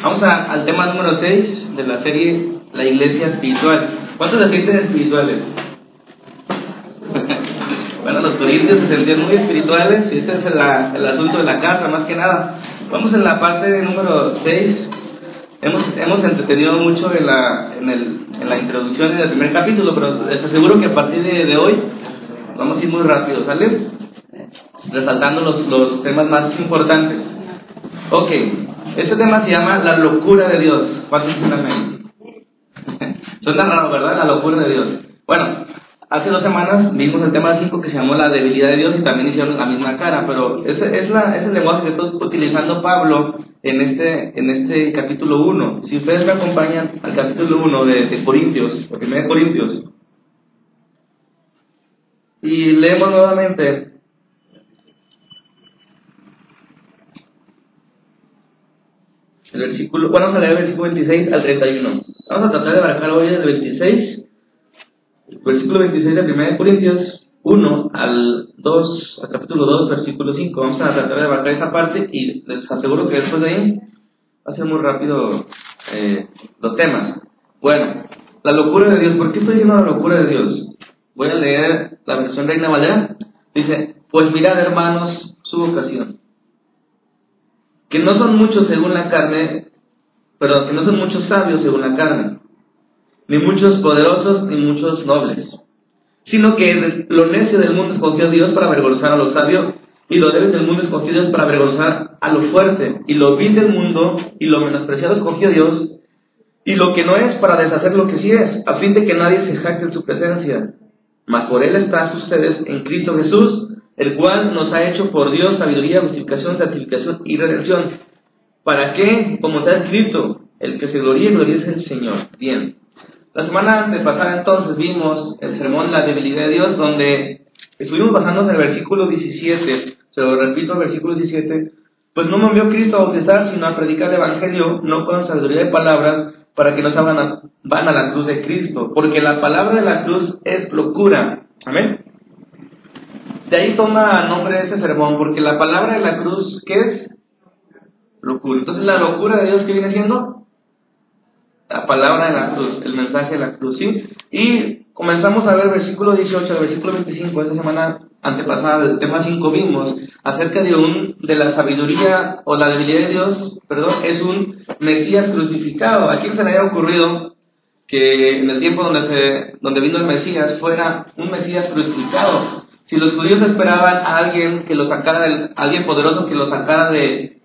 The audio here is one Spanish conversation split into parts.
Vamos al tema número 6 de la serie La Iglesia Espiritual. ¿Cuántos se sienten espirituales? Bueno, los corintios se sentían muy espirituales y este es el asunto de la carta, más que nada. Vamos en la parte número 6. Hemos entretenido mucho en la introducción en el primer capítulo, pero les aseguro que a partir de hoy vamos a ir muy rápido, ¿sale? Resaltando los temas más importantes. Ok, este tema se llama la locura de Dios. ¿Cuántos dicen amén? Suena raro, ¿verdad? La locura de Dios. Bueno, hace 2 semanas vimos el tema 5 que se llamó la debilidad de Dios y también hicieron la misma cara, pero ese es el lenguaje que está utilizando Pablo en este capítulo 1. Si ustedes me acompañan al capítulo 1 de Corintios, de 1 Corintios, y leemos nuevamente el versículo, bueno, vamos a leer el versículo 26 al 31. Vamos a tratar de abarcar hoy el 26, versículo 26 de 1 Corintios 1 al capítulo 2, versículo 5. Vamos a tratar de abarcar esa parte y les aseguro que después de ahí va a ser muy rápido los temas. Bueno, la locura de Dios. ¿Por qué estoy diciendo la locura de Dios? Voy a leer la versión Reina Valera. Dice: pues mirad, hermanos, su vocación, que no son muchos según la carne, que no son muchos sabios según la carne, ni muchos poderosos, ni muchos nobles, sino que lo necio del mundo escogió Dios para avergonzar a lo sabio, y lo débil del mundo escogió Dios para avergonzar a lo fuerte, y lo vil del mundo y lo menospreciado escogió Dios, y lo que no es para deshacer lo que sí es, a fin de que nadie se jacte en su presencia. Mas por él están ustedes en Cristo Jesús, el cual nos ha hecho por Dios sabiduría, justificación, santificación y redención. ¿Para qué? Como está escrito: el que se gloríe es el Señor. Bien. La semana antepasada entonces vimos el sermón La debilidad de Dios, donde estuvimos basándonos en el versículo 17. Se lo repito, el versículo 17. Pues no me envió Cristo a bautizar, sino a predicar el Evangelio, no con sabiduría de palabras, para que no se van a la cruz de Cristo, porque la palabra de la cruz es locura. Amén. De ahí toma nombre ese sermón, porque la palabra de la cruz, ¿qué es? Locura. Entonces, la locura de Dios, ¿qué viene siendo? La palabra de la cruz, el mensaje de la cruz, ¿sí? Y comenzamos a ver versículo 18 al versículo 25, esta semana antepasada, del tema 5 vimos acerca de la sabiduría o la debilidad de Dios, es un Mesías crucificado. ¿A quién se le había ocurrido que en el tiempo donde vino el Mesías fuera un Mesías crucificado? Si los judíos esperaban a alguien que lo sacara, alguien poderoso que lo sacara de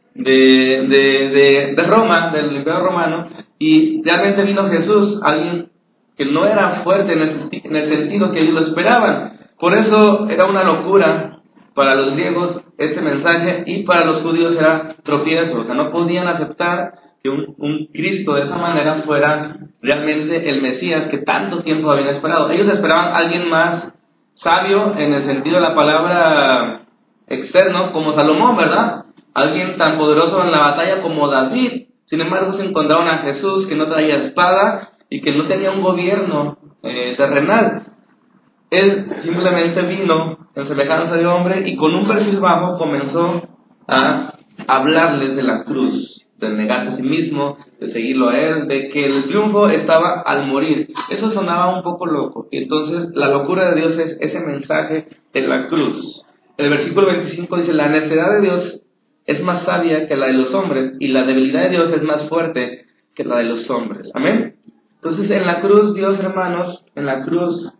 Roma, del Imperio Romano, y realmente vino Jesús, alguien que no era fuerte en el sentido que ellos lo esperaban. Por eso era una locura para los griegos este mensaje, y para los judíos era tropiezo. O sea, no podían aceptar que un Cristo de esa manera fuera realmente el Mesías que tanto tiempo habían esperado. Ellos esperaban a alguien más sabio en el sentido de la palabra externo, como Salomón, ¿verdad? Alguien tan poderoso en la batalla como David. Sin embargo, se encontraron a Jesús, que no traía espada y que no tenía un gobierno terrenal. Él simplemente vino en semejanza de hombre y con un perfil bajo comenzó a hablarles de la cruz, de negarse a sí mismo, de seguirlo a él, de que el triunfo estaba al morir. Eso sonaba un poco loco. Y entonces la locura de Dios es ese mensaje de la cruz. El versículo 25 dice: la necedad de Dios es más sabia que la de los hombres, y la debilidad de Dios es más fuerte que la de los hombres. Amén. Entonces, en la cruz, Dios, hermanos, en la cruz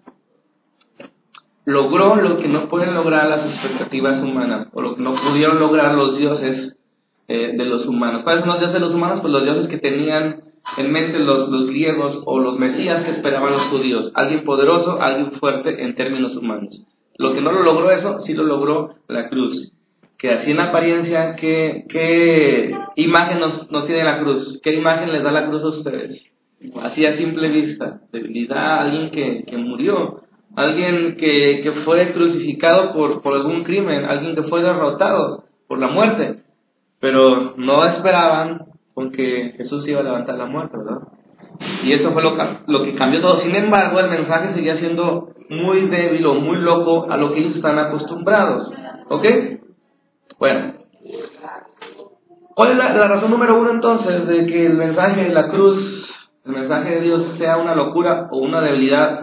logró lo que no pueden lograr las expectativas humanas, o lo que no pudieron lograr los dioses de los humanos. ¿Cuáles son los dioses de los humanos? Pues los dioses que tenían en mente los griegos, o los mesías que esperaban los judíos. Alguien poderoso, alguien fuerte en términos humanos. Lo que no lo logró eso, sí lo logró la cruz. Que así en apariencia, ¿qué imagen nos tiene la cruz? ¿Qué imagen les da la cruz a ustedes? Así a simple vista, debilidad, alguien que murió, alguien que fue crucificado por algún crimen, alguien que fue derrotado por la muerte. Pero no esperaban con que Jesús iba a levantar la muerte, ¿verdad? Y eso fue lo que cambió todo. Sin embargo, el mensaje seguía siendo muy débil o muy loco a lo que ellos están acostumbrados. ¿Ok? Bueno, ¿Cuál es la razón número uno entonces de que el mensaje de la cruz, el mensaje de Dios, sea una locura o una debilidad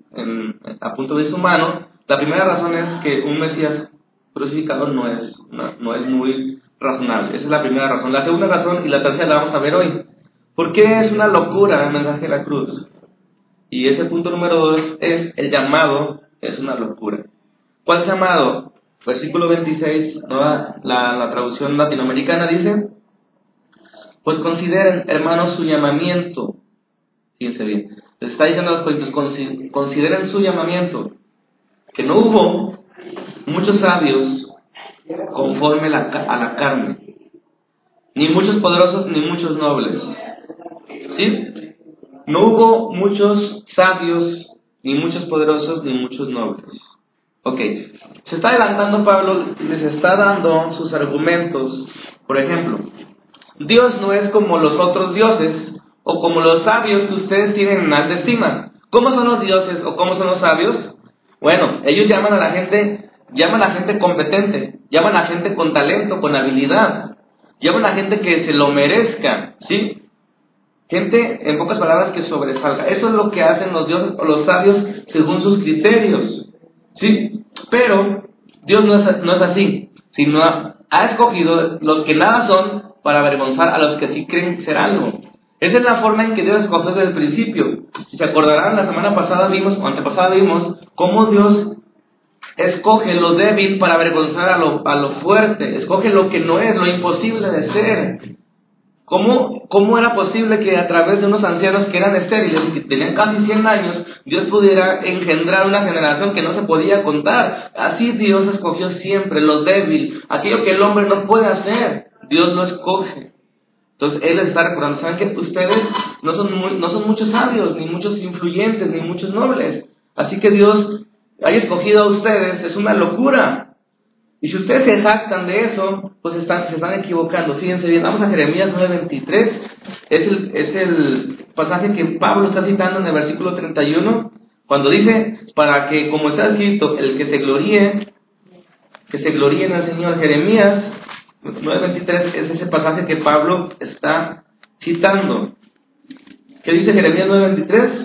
a punto de vista humano? La primera razón es que un Mesías crucificado no es muy razonable. Esa es la primera razón. La segunda razón y la tercera la vamos a ver hoy. ¿Por qué es una locura el mensaje de la cruz? Y ese punto número 2 es el llamado, es una locura. ¿Cuál llamado? Versículo 26, la traducción latinoamericana dice: pues consideren, hermanos, su llamamiento. Fíjense bien, les está diciendo a los corintios, consideren su llamamiento, que no hubo muchos sabios conforme a la carne, ni muchos poderosos, ni muchos nobles. ¿Sí? No hubo muchos sabios, ni muchos poderosos, ni muchos nobles. Ok, se está adelantando Pablo, les está dando sus argumentos. Por ejemplo, Dios no es como los otros dioses, o como los sabios que ustedes tienen en alta estima. ¿Cómo son los dioses o cómo son los sabios? Bueno, ellos llaman a la gente competente, llaman a la gente con talento, con habilidad, llaman a la gente que se lo merezca, ¿sí? Gente, en pocas palabras, que sobresalga. Eso es lo que hacen los dioses o los sabios según sus criterios, ¿sí? Pero Dios no es así, sino ha escogido los que nada son para avergonzar a los que sí creen ser algo. Esa es la forma en que Dios escogió desde el principio. Si se acordarán, la semana pasada vimos, o antepasada vimos, cómo Dios escoge lo débil para avergonzar a lo fuerte. Escoge lo que no es, lo imposible de ser. ¿Cómo era posible que a través de unos ancianos que eran estériles y que tenían casi 100 años, Dios pudiera engendrar una generación que no se podía contar? Así Dios escogió siempre lo débil, aquello que el hombre no puede hacer, Dios lo escoge. Entonces Él les está recordando, ¿saben que ustedes no son muchos sabios, ni muchos influyentes, ni muchos nobles? Así que Dios haya escogido a ustedes, es una locura. Y si ustedes se jactan de eso, pues se están equivocando. Fíjense bien, vamos a Jeremías 9:23. Es el pasaje que Pablo está citando en el versículo 31, cuando dice, para que, como está escrito, el que se gloríe en el Señor. Jeremías 9:23 es ese pasaje que Pablo está citando. ¿Qué dice Jeremías 9:23?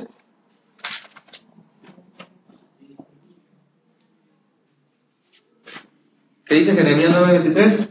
¿Qué dice Jeremías 9:23?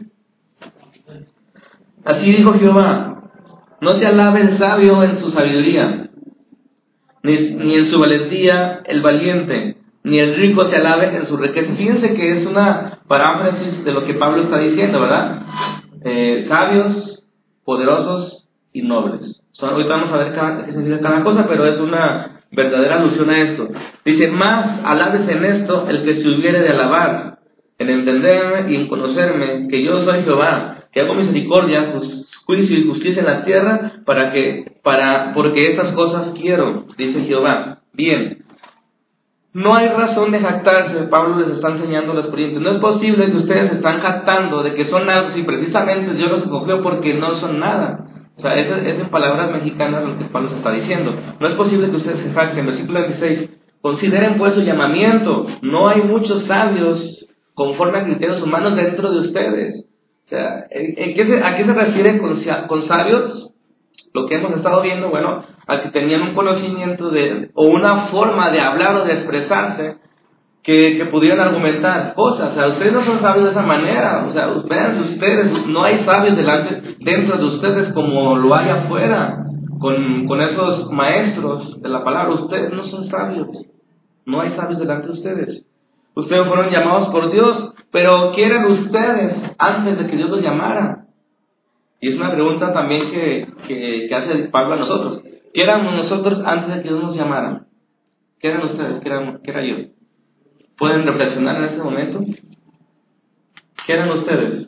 Así dijo Jehová: no se alabe el sabio en su sabiduría, ni en su valentía el valiente, ni el rico se alabe en su riqueza. Fíjense que es una paráfrasis de lo que Pablo está diciendo, ¿verdad? Sabios, poderosos y nobles. Ahorita vamos a ver qué significa cada cosa, pero es una verdadera alusión a esto. Dice: más alabes en esto el que se hubiere de alabar, en entenderme y en conocerme, que yo soy Jehová, que hago misericordia, juicio y justicia en la tierra, porque estas cosas quiero, dice Jehová. Bien, no hay razón de jactarse. Pablo les está enseñando a los corintios. No es posible que ustedes se están jactando de que son algo, si precisamente Dios los escogió porque no son nada. O sea, es en palabras mexicanas lo que Pablo está diciendo. No es posible que ustedes se jacten. Versículo 26. Consideren pues su llamamiento. No hay muchos sabios conforme a criterios humanos dentro de ustedes. O sea, ¿a qué se refiere con sabios? Lo que hemos estado viendo, bueno, a que tenían un conocimiento o una forma de hablar o de expresarse que pudieran argumentar cosas. O sea, ustedes no son sabios de esa manera. O sea, vean ustedes, no hay sabios dentro de ustedes como lo hay afuera, con esos maestros de la palabra. Ustedes no son sabios. No hay sabios delante de ustedes. Ustedes fueron llamados por Dios, pero ¿qué eran ustedes antes de que Dios los llamara? Y es una pregunta también que hace Pablo a nosotros. ¿Qué éramos nosotros antes de que Dios nos llamara? ¿Qué eran ustedes? ¿Qué era yo? ¿Pueden reflexionar en este momento? ¿Qué eran ustedes?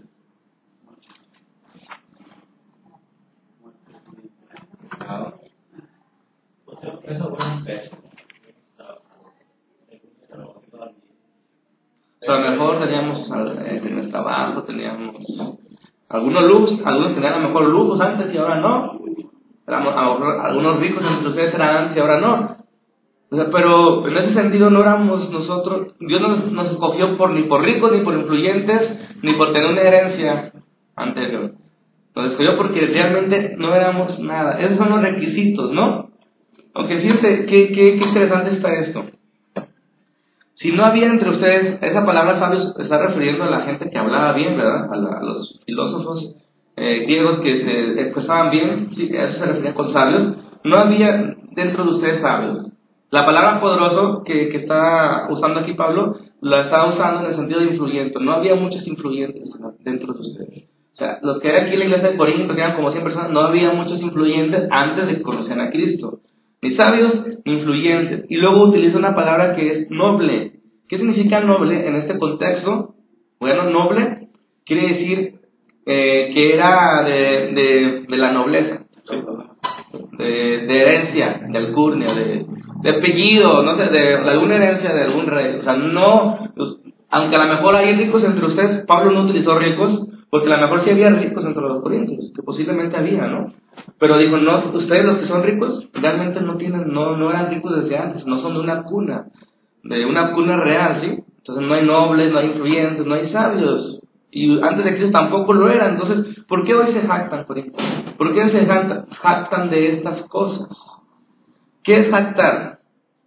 O sea, a lo mejor teníamos en el trabajo, teníamos algunos tenían a lo mejor lujos antes y ahora no. Algunos ricos entre ustedes eran antes y ahora no. O sea, pero en ese sentido no éramos nosotros. Dios nos escogió ni por ricos, ni por influyentes, ni por tener una herencia anterior. Nos escogió porque realmente no éramos nada. Esos son los requisitos, ¿no? Aunque fíjense, qué interesante está esto. Si no había entre ustedes, esa palabra sabios está refiriendo a la gente que hablaba bien, ¿verdad? A los filósofos griegos que se expresaban bien, sí, a eso se refería con sabios. No había dentro de ustedes sabios. La palabra poderoso que está usando aquí Pablo, la está usando en el sentido de influyente. No había muchos influyentes dentro de ustedes. O sea, los que eran aquí en la iglesia de Corinto, que eran como 100 personas, no había muchos influyentes antes de que conocieran a Cristo. Ni sabios, ni influyentes. Y luego utiliza una palabra que es noble. ¿Qué significa noble en este contexto? Bueno, noble quiere decir que era de la nobleza, ¿sí? de herencia, de alcurnia, de apellido, no sé, de alguna herencia de algún rey. O sea, no, aunque a lo mejor hay ricos entre ustedes, Pablo no utilizó ricos, porque a lo mejor sí había ricos entre los corintios, que posiblemente había, ¿no? Pero dijo, no, ustedes los que son ricos, realmente no eran ricos desde antes, no son de una cuna real, ¿sí? Entonces no hay nobles, no hay influyentes, no hay sabios. Y antes de Cristo tampoco lo eran. Entonces, ¿por qué hoy se jactan, Corinto? ¿Por qué se jactan de estas cosas? ¿Qué es jactar?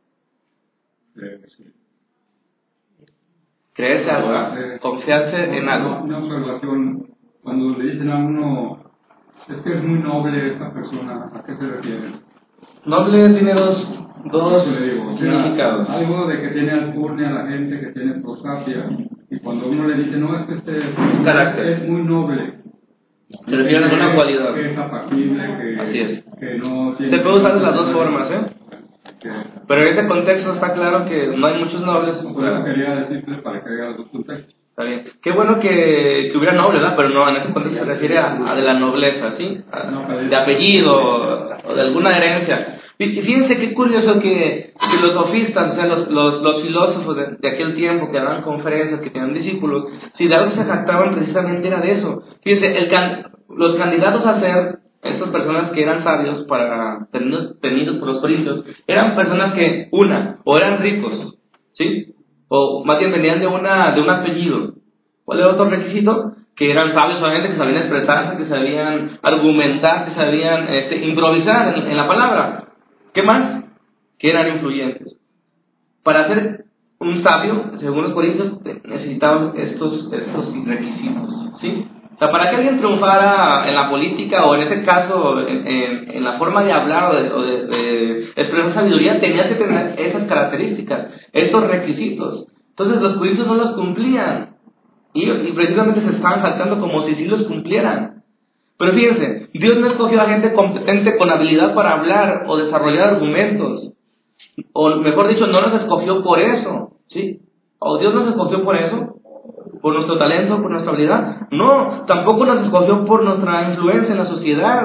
Creerse algo, ¿verdad? Confiarse en algo. Una observación, cuando le dicen a uno, es que es muy noble esta persona, ¿a qué se refiere? Noble tiene dos significados. Algo de que tiene alcurnia a la gente, que tiene prosapia, y cuando uno le dice, no, es que carácter es muy noble. Se refiere a alguna cualidad. Que es apacible, Así es. que no tiene... Se puede usar de las dos formas, ¿eh? Pero en este contexto está claro que no hay muchos nobles. Por eso quería decirle para que haya los dos contextos. Está bien. Qué bueno que hubiera nobles, ¿verdad? Pero no, en este contexto se refiere a de la nobleza, ¿sí? De apellido o de alguna herencia. Y fíjense qué curioso que los sofistas, o sea, los filósofos de aquel tiempo que daban conferencias, que tenían discípulos, si de algo se jactaban precisamente era de eso. Fíjense, los candidatos a ser estas personas que eran sabios tenidos por los corintios, eran personas que, o eran ricos, ¿sí? O más bien venían de un apellido. ¿Cuál era otro requisito? Que eran sabios solamente, que sabían expresarse, que sabían argumentar, que sabían improvisar en la palabra. ¿Qué más? Que eran influyentes. Para ser un sabio, según los corintios, necesitaban estos requisitos, ¿sí? O sea, para que alguien triunfara en la política o en ese caso en la forma de hablar o de expresar sabiduría, tenía que tener esas características, esos requisitos. Entonces los corintios no los cumplían y precisamente se estaban jactando como si sí los cumplieran. Pero fíjense, Dios no escogió a gente competente con habilidad para hablar o desarrollar argumentos. O mejor dicho, no nos escogió por eso, ¿sí? O Dios nos escogió por eso, por nuestro talento, por nuestra habilidad. No, tampoco nos escogió por nuestra influencia en la sociedad.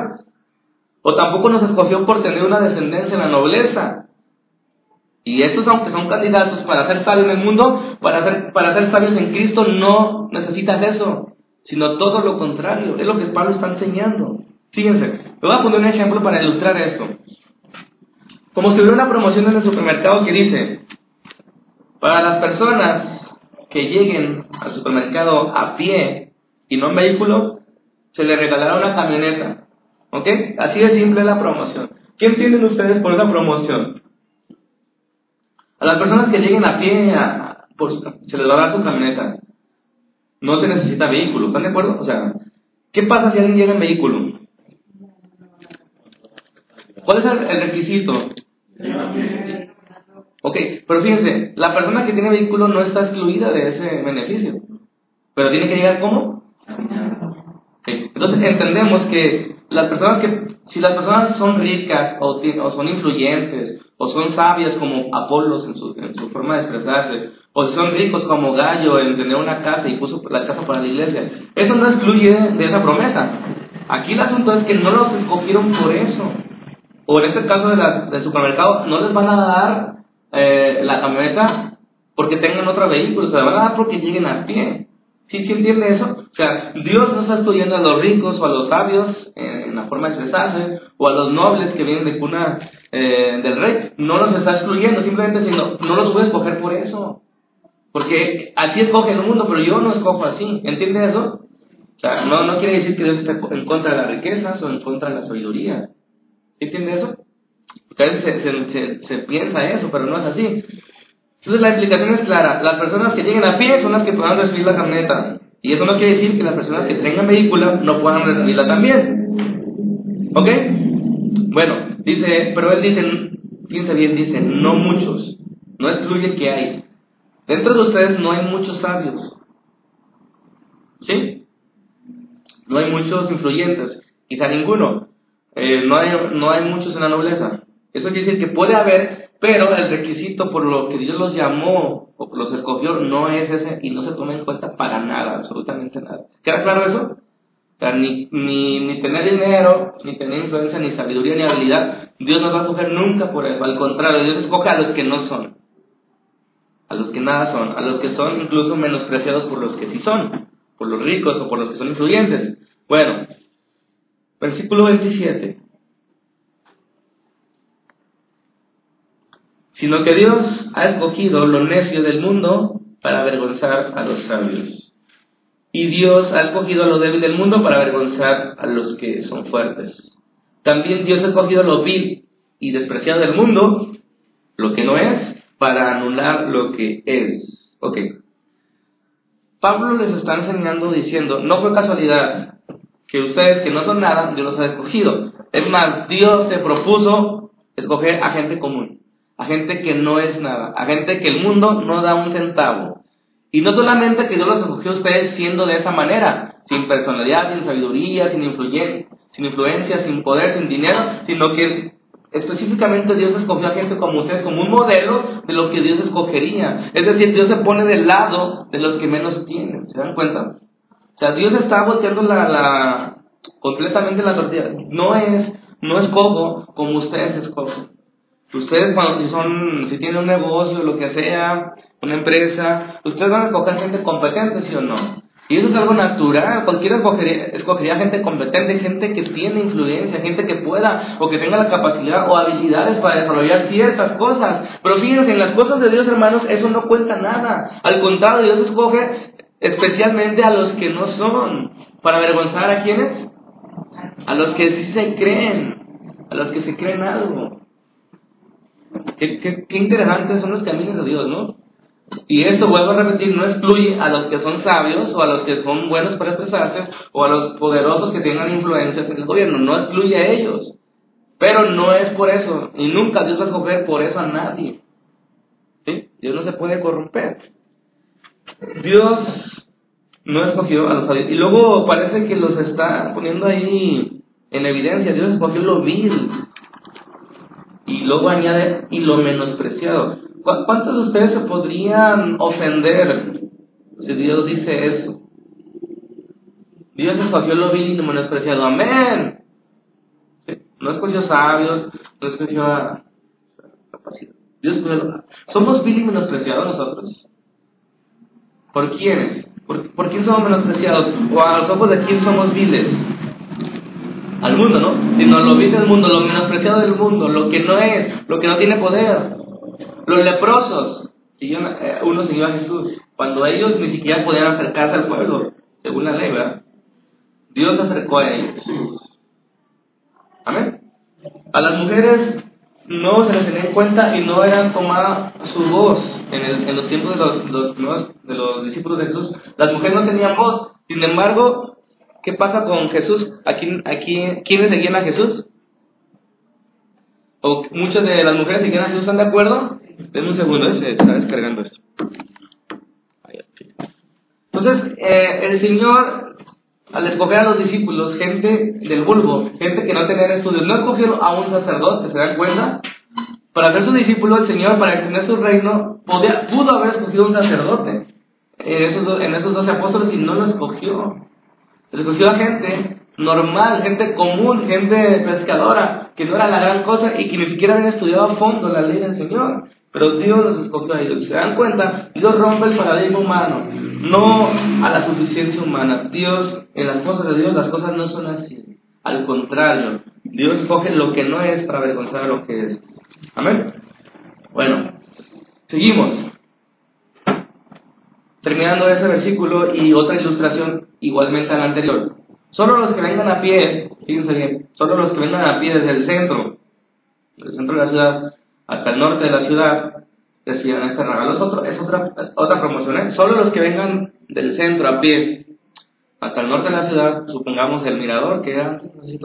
O tampoco nos escogió por tener una descendencia en la nobleza. Y estos, aunque son candidatos para ser sabios en el mundo, para ser sabios en Cristo, no necesitas eso, sino todo lo contrario. Es lo que Pablo está enseñando. Fíjense, le voy a poner un ejemplo para ilustrar esto. Como si hubiera una promoción en el supermercado que dice, para las personas que lleguen al supermercado a pie y no en vehículo, se les regalará una camioneta. ¿Ok? Así de simple es la promoción. ¿Qué entienden ustedes por esa promoción? A las personas que lleguen a pie, se les va a dar su camioneta. No se necesita vehículo, ¿están de acuerdo? O sea, ¿qué pasa si alguien llega en vehículo? ¿Cuál es el requisito? Ok, pero fíjense, la persona que tiene vehículo no está excluida de ese beneficio. Pero tiene que llegar ¿cómo? Okay. Entonces entendemos que si las personas son ricas o son influyentes o son sabias como Apolos en su forma de expresarse, o si son ricos como Gallo en tener una casa y puso la casa para la iglesia, eso no excluye de esa promesa. Aquí el asunto es que no los escogieron por eso. O en este caso del supermercado, no les van a dar la camioneta porque tengan otro vehículo, se la van a dar porque lleguen a pie. ¿Sí entiende eso? O sea, Dios no está excluyendo a los ricos o a los sabios en la forma de expresarse, o a los nobles que vienen de cuna del rey. No los está excluyendo, simplemente no los voy a escoger por eso. Porque así escoge el mundo, pero yo no escojo así. ¿Entiende eso? O sea, no quiere decir que Dios esté en contra de las riquezas o en contra de la sabiduría. ¿Entiende eso? Porque a veces se piensa eso, pero no es así. Entonces la explicación es clara. Las personas que lleguen a pie son las que puedan recibir la camioneta. Y eso no quiere decir que las personas que tengan vehículo no puedan recibirla también. ¿Ok? Bueno, dice, pero él dice, fíjense bien, dice, no muchos. No excluye que hay. Dentro de ustedes no hay muchos sabios. ¿Sí? No hay muchos influyentes. Quizá ninguno. No hay muchos en la nobleza. Eso quiere decir que puede haber, pero el requisito por lo que Dios los llamó o los escogió no es ese y no se toma en cuenta para nada, absolutamente nada. ¿Queda claro eso? O sea, ni tener dinero, ni tener influencia, ni sabiduría, ni habilidad, Dios no va a escoger nunca por eso. Al contrario, Dios escoge a los que no son, a los que nada son, a los que son incluso menospreciados por los que sí son, por los ricos o por los que son influyentes. Bueno, versículo 27. Sino que Dios ha escogido lo necio del mundo para avergonzar a los sabios. Y Dios ha escogido lo débil del mundo para avergonzar a los que son fuertes. También Dios ha escogido lo vil y despreciado del mundo, lo que no es, para anular lo que es. Ok. Pablo les está enseñando diciendo, no fue casualidad que ustedes que no son nada, Dios los ha escogido. Es más, Dios se propuso escoger a gente común, a gente que no es nada, a gente que el mundo no da un centavo. Y no solamente que Dios los escogió a ustedes siendo de esa manera, sin personalidad, sin sabiduría, sin influencia, sin poder, sin dinero, sino que específicamente Dios escogió a gente como ustedes, como un modelo de lo que Dios escogería. Es decir, Dios se pone del lado de los que menos tienen, ¿se dan cuenta? O sea, Dios está volteando completamente la tortilla. No escojo como ustedes escogen. Ustedes si tienen un negocio, lo que sea, una empresa, ustedes van a escoger gente competente, ¿sí o no? Y eso es algo natural. Cualquiera escogería gente competente, gente que tiene influencia, gente que pueda o que tenga la capacidad o habilidades para desarrollar ciertas cosas. Pero fíjense, en las cosas de Dios, hermanos, eso no cuenta nada. Al contrario, Dios escoge especialmente a los que no son. ¿Para avergonzar a quiénes? A los que sí se creen, a los que se creen algo. Qué interesantes son los caminos de Dios, ¿no? Y esto, vuelvo a repetir, no excluye a los que son sabios o a los que son buenos para expresarse o a los poderosos que tengan influencias en el gobierno. No excluye a ellos. Pero no es por eso. Y nunca Dios va a escoger por eso a nadie. ¿Sí? Dios no se puede corromper. Dios no escogió a los sabios. Y luego parece que los está poniendo ahí en evidencia. Dios escogió lo vil. Y luego añade, y lo menospreciado. ¿Cuántos de ustedes se podrían ofender si Dios dice eso? Dios escogió lo vil y lo menospreciado. ¡Amén! ¿Sí? No escogió sabios, no escogió a capacidad. Dios escogió. ¿Somos vil y menospreciados nosotros? ¿Por quiénes? ¿Por quién somos menospreciados? ¿O a los ojos de quién somos viles? Al mundo, ¿no? Sino lo vil del mundo, lo menospreciado del mundo, lo que no es, lo que no tiene poder. Los leprosos, uno siguió a Jesús, cuando ellos ni siquiera podían acercarse al pueblo, según la ley, ¿verdad? Dios se acercó a ellos. Amén. A las mujeres no se les tenía en cuenta y no era tomada su voz en los tiempos de los discípulos de Jesús. Las mujeres no tenían voz. Sin embargo, ¿qué pasa con Jesús? ¿Quiénes seguían a Jesús? ¿O muchas de las mujeres seguían a Jesús? ¿Están de acuerdo? Denme un segundo, se está descargando esto. Entonces, el Señor, al escoger a los discípulos, gente del vulgo, gente que no tenía estudios, no escogió a un sacerdote, ¿se dan cuenta? Para ser su discípulo, el Señor, para extender su reino, pudo haber escogido un sacerdote en esos 12 apóstoles y no lo escogió. Escogió a gente normal, gente común, gente pescadora, que no era la gran cosa y que ni siquiera habían estudiado a fondo la ley del Señor. Pero Dios los escogió a ellos. ¿Se dan cuenta? Dios rompe el paradigma humano, no a la suficiencia humana. Dios, en las cosas de Dios, las cosas no son así. Al contrario, Dios escoge lo que no es para avergonzar a lo que es. Amén. Bueno, seguimos. Terminando ese versículo y otra ilustración. igualmente al anterior. Solo los que vengan a pie, fíjense bien, solo los que vengan a pie desde el centro de la ciudad hasta el norte de la ciudad, recibirán este regalo. Es otra promoción, ¿eh? Solo los que vengan del centro a pie hasta el norte de la ciudad, supongamos el mirador, que era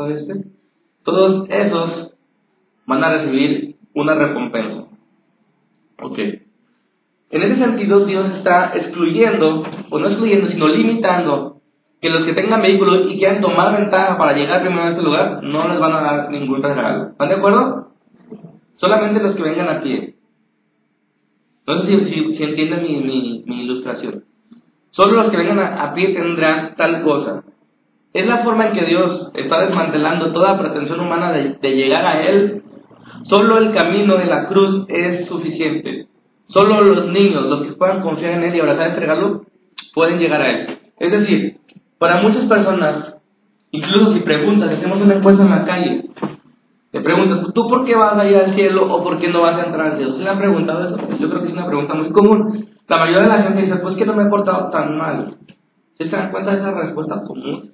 todos esos van a recibir una recompensa. Ok. En ese sentido, Dios está excluyendo, o no excluyendo, sino limitando, que los que tengan vehículos y quieran tomar ventaja para llegar primero a este lugar, no les van a dar ningún regalo. ¿Están de acuerdo? Solamente los que vengan a pie. No sé si entienden mi ilustración. Solo los que vengan a pie tendrán tal cosa. Es la forma en que Dios está desmantelando toda pretensión humana de llegar a Él. Solo el camino de la cruz es suficiente. Solo los niños, los que puedan confiar en Él y abrazar este regalo, pueden llegar a Él. Es decir, para muchas personas, incluso si preguntas, hacemos una encuesta en la calle, te preguntas, ¿tú por qué vas a ir al cielo o por qué no vas a entrar al cielo? ¿Sí le han preguntado eso? Yo creo que es una pregunta muy común. La mayoría de la gente dice, pues que no me he portado tan mal. ¿Sí se dan cuenta de esa respuesta común?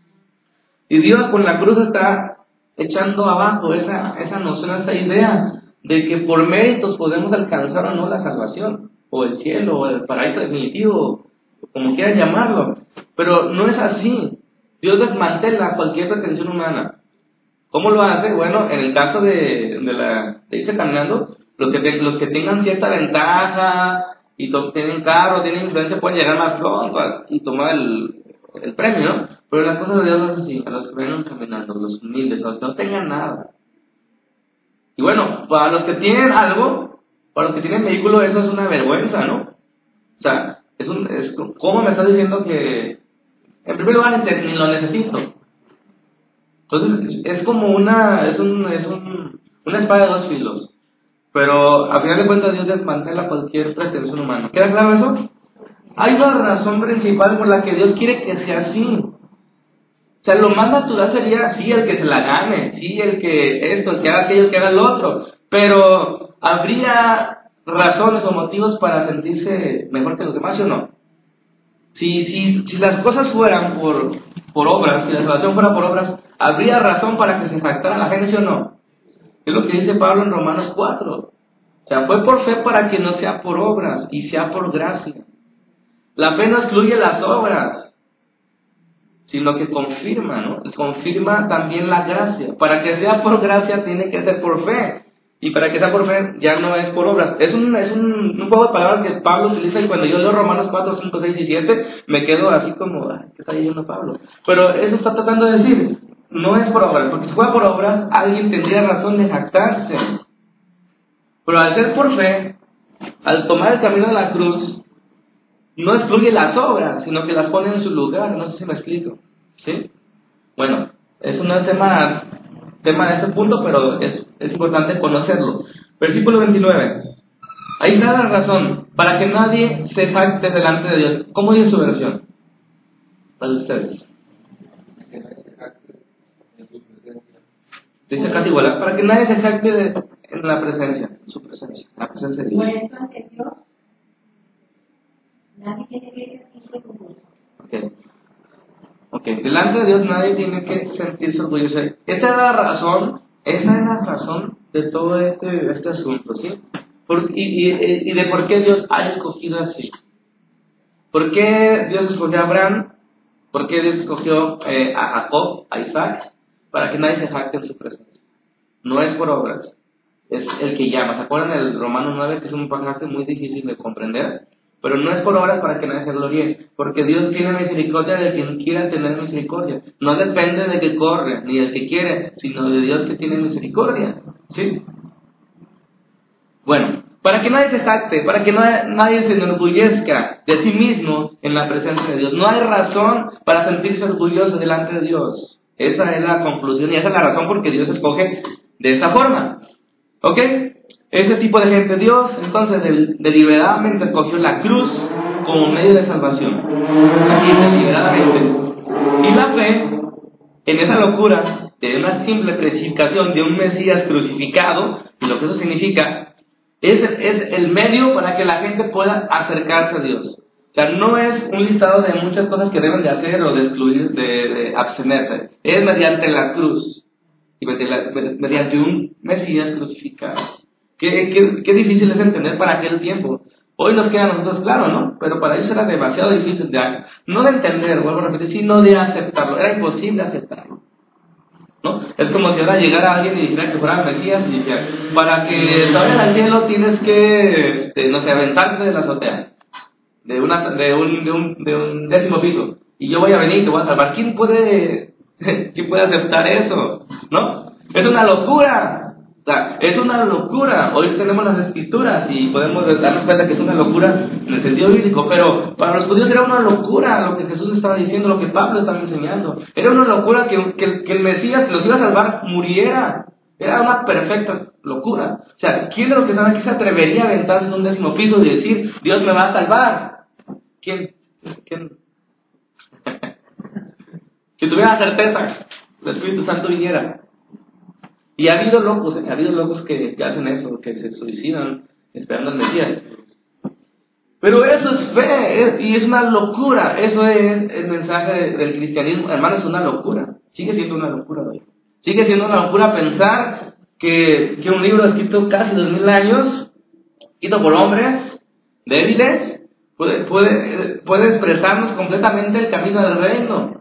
Y Dios con la cruz está echando abajo esa noción, esa idea de que por méritos podemos alcanzar o no la salvación, o el cielo, o el paraíso definitivo, como quieran llamarlo. Pero no es así. Dios desmantela cualquier pretensión humana. ¿Cómo lo hace? Bueno, en el caso de irse caminando, los que tengan cierta ventaja y tienen carro, tienen influencia, pueden llegar más pronto y tomar el premio, ¿no? Pero las cosas de Dios no es así. A los que vengan caminando, los humildes, a los que no tengan nada. Y bueno, para los que tienen algo, para los que tienen vehículo, eso es una vergüenza, ¿no? O sea, ¿cómo me estás diciendo que en primer lugar ni lo necesito? Entonces, es como una espada de dos filos. Pero a final de cuentas Dios desmantela cualquier pretensión humana. ¿Queda claro eso? Hay una razón principal por la que Dios quiere que sea así. O sea, lo más natural sería, sí, el que se la gane, sí, el que esto, el que haga aquello, el que haga lo otro. Pero, ¿habría razones o motivos para sentirse mejor que los demás, ¿sí o no? Si las cosas fueran por obras, si la salvación fuera por obras, ¿habría razón para que se jactara la gente, sí o no? Es lo que dice Pablo en Romanos 4. O sea, fue por fe para que no sea por obras y sea por gracia. La fe no excluye las obras, sino que confirma, ¿no? Confirma también la gracia. Para que sea por gracia tiene que ser por fe. Y para que sea por fe ya no es por obras. Es un juego de palabras que Pablo utiliza, y cuando yo leo Romanos 4, 5, 6 y 7 me quedo así como, ¿qué está diciendo Pablo? Pero eso está tratando de decir, no es por obras, porque si fuera por obras alguien tendría razón de jactarse. Pero al ser por fe, al tomar el camino de la cruz, no excluye las obras, sino que las pone en su lugar. No sé si me explico, ¿sí? Bueno, eso no es tema de este punto, pero es importante conocerlo. Versículo 29. Ahí está la razón para que nadie se jacte delante de Dios. ¿Cómo dice su versión? Para ustedes. Dice casi igual, para que nadie se jacte en la presencia, en su presencia, en la presencia de Dios. Por eso ante Dios, nadie tiene que sentirse orgulloso. Ok, delante de Dios nadie tiene que sentirse orgulloso. Esa es la razón de todo este asunto, ¿sí? Y de por qué Dios ha escogido así. ¿Por qué Dios escogió a Abraham? ¿Por qué Dios escogió a Jacob, a Isaac? Para que nadie se jacte en su presencia. No es por obras, es el que llama. ¿Se acuerdan del Romanos 9, que es un pasaje muy difícil de comprender? Pero no es por obras para que nadie se gloríe, porque Dios tiene misericordia de quien quiera tener misericordia. No depende de que corre, ni del que quiere, sino de Dios que tiene misericordia, ¿sí? Bueno, para que nadie se jacte, para que nadie se enorgullezca de sí mismo en la presencia de Dios. No hay razón para sentirse orgulloso delante de Dios. Esa es la conclusión y esa es la razón por que Dios escoge de esta forma. ¿Ok? Ese tipo de gente, Dios entonces deliberadamente escogió la cruz como medio de salvación. Aquí deliberadamente. Y la fe, en esa locura de una simple predicación de un Mesías crucificado, y lo que eso significa, es el medio para que la gente pueda acercarse a Dios. sea, no es un listado de muchas cosas que deben de hacer o de excluir, de abstenerse. Es mediante la cruz y mediante un Mesías crucificado. Qué difícil es entender para aquel tiempo. Hoy nos queda a nosotros claro, ¿no? Pero para ellos era demasiado difícil no de entender, vuelvo a repetir, sino de aceptarlo. Era imposible aceptarlo, ¿no? Es como si ahora llegara alguien y dijera que fuera Mesías y dijera, para que te vayas al cielo tienes que, no sé, aventarte de la azotea, de un 10º piso, y yo voy a venir y te voy a salvar. ¿Quién puede aceptar eso? ¿No? Es una locura. O sea, es una locura. Hoy tenemos las escrituras y podemos darnos cuenta que es una locura en el sentido bíblico, pero para los judíos era una locura lo que Jesús estaba diciendo, lo que Pablo estaba enseñando. Era una locura que el Mesías que los iba a salvar muriera. Era una perfecta locura. O sea, ¿quién de los que están aquí se atrevería a aventarse en un 10º piso y decir, Dios me va a salvar? ¿Quién? Si tuviera certeza, el Espíritu Santo viniera. Y ha habido locos que hacen eso, que se suicidan esperando al Mesías. Pero eso es fe, y es una locura. Eso es el mensaje del cristianismo. Hermano, es una locura. Sigue siendo una locura hoy. Sigue siendo una locura pensar que un libro escrito casi 2000 años, escrito por hombres débiles, puede expresarnos completamente el camino del reino.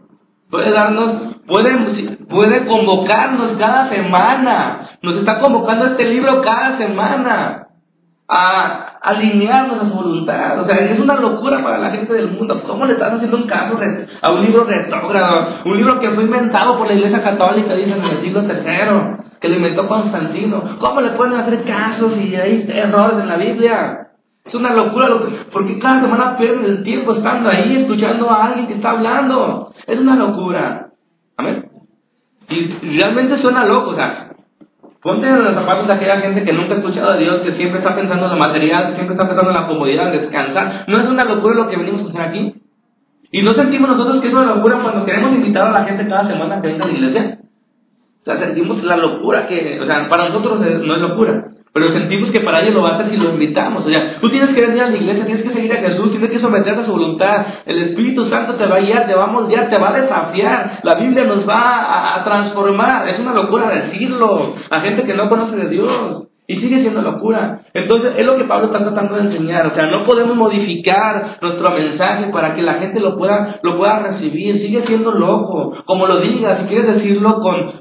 Puede convocarnos cada semana. Nos está convocando este libro cada semana a alinearnos a su voluntad. O sea, es una locura para la gente del mundo. ¿Cómo le estás haciendo un caso a un libro retrógrado? Un libro que fue inventado por la Iglesia Católica, dicen, en el siglo III, que lo inventó Constantino. ¿Cómo le pueden hacer caso si hay errores en la Biblia? Es una locura, porque cada semana pierden el tiempo estando ahí, escuchando a alguien que está hablando. Es una locura. Amén. Y realmente suena loco, o sea, ponte en los zapatos de aquella gente que nunca ha escuchado a Dios, que siempre está pensando en lo material, que siempre está pensando en la comodidad, en descansar. ¿No es una locura lo que venimos a hacer aquí? ¿Y no sentimos nosotros que es una locura cuando queremos invitar a la gente cada semana que venga a la iglesia? O sea, sentimos la locura o sea, para nosotros no es locura, pero sentimos que para ellos lo va a hacer si lo invitamos. O sea, tú tienes que venir a la iglesia, tienes que seguir a Jesús, tienes que someterte a su voluntad. El Espíritu Santo te va a guiar, te va a moldear, te va a desafiar. La Biblia nos va a transformar. Es una locura decirlo a gente que no conoce de Dios. Y sigue siendo locura. Entonces, es lo que Pablo está tratando de enseñar. O sea, no podemos modificar nuestro mensaje para que la gente lo pueda recibir. Sigue siendo loco. Como lo digas, si quieres decirlo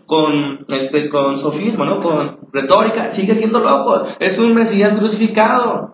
con sofismo, ¿no? Con retórica, sigue siendo loco. Es un Mesías crucificado.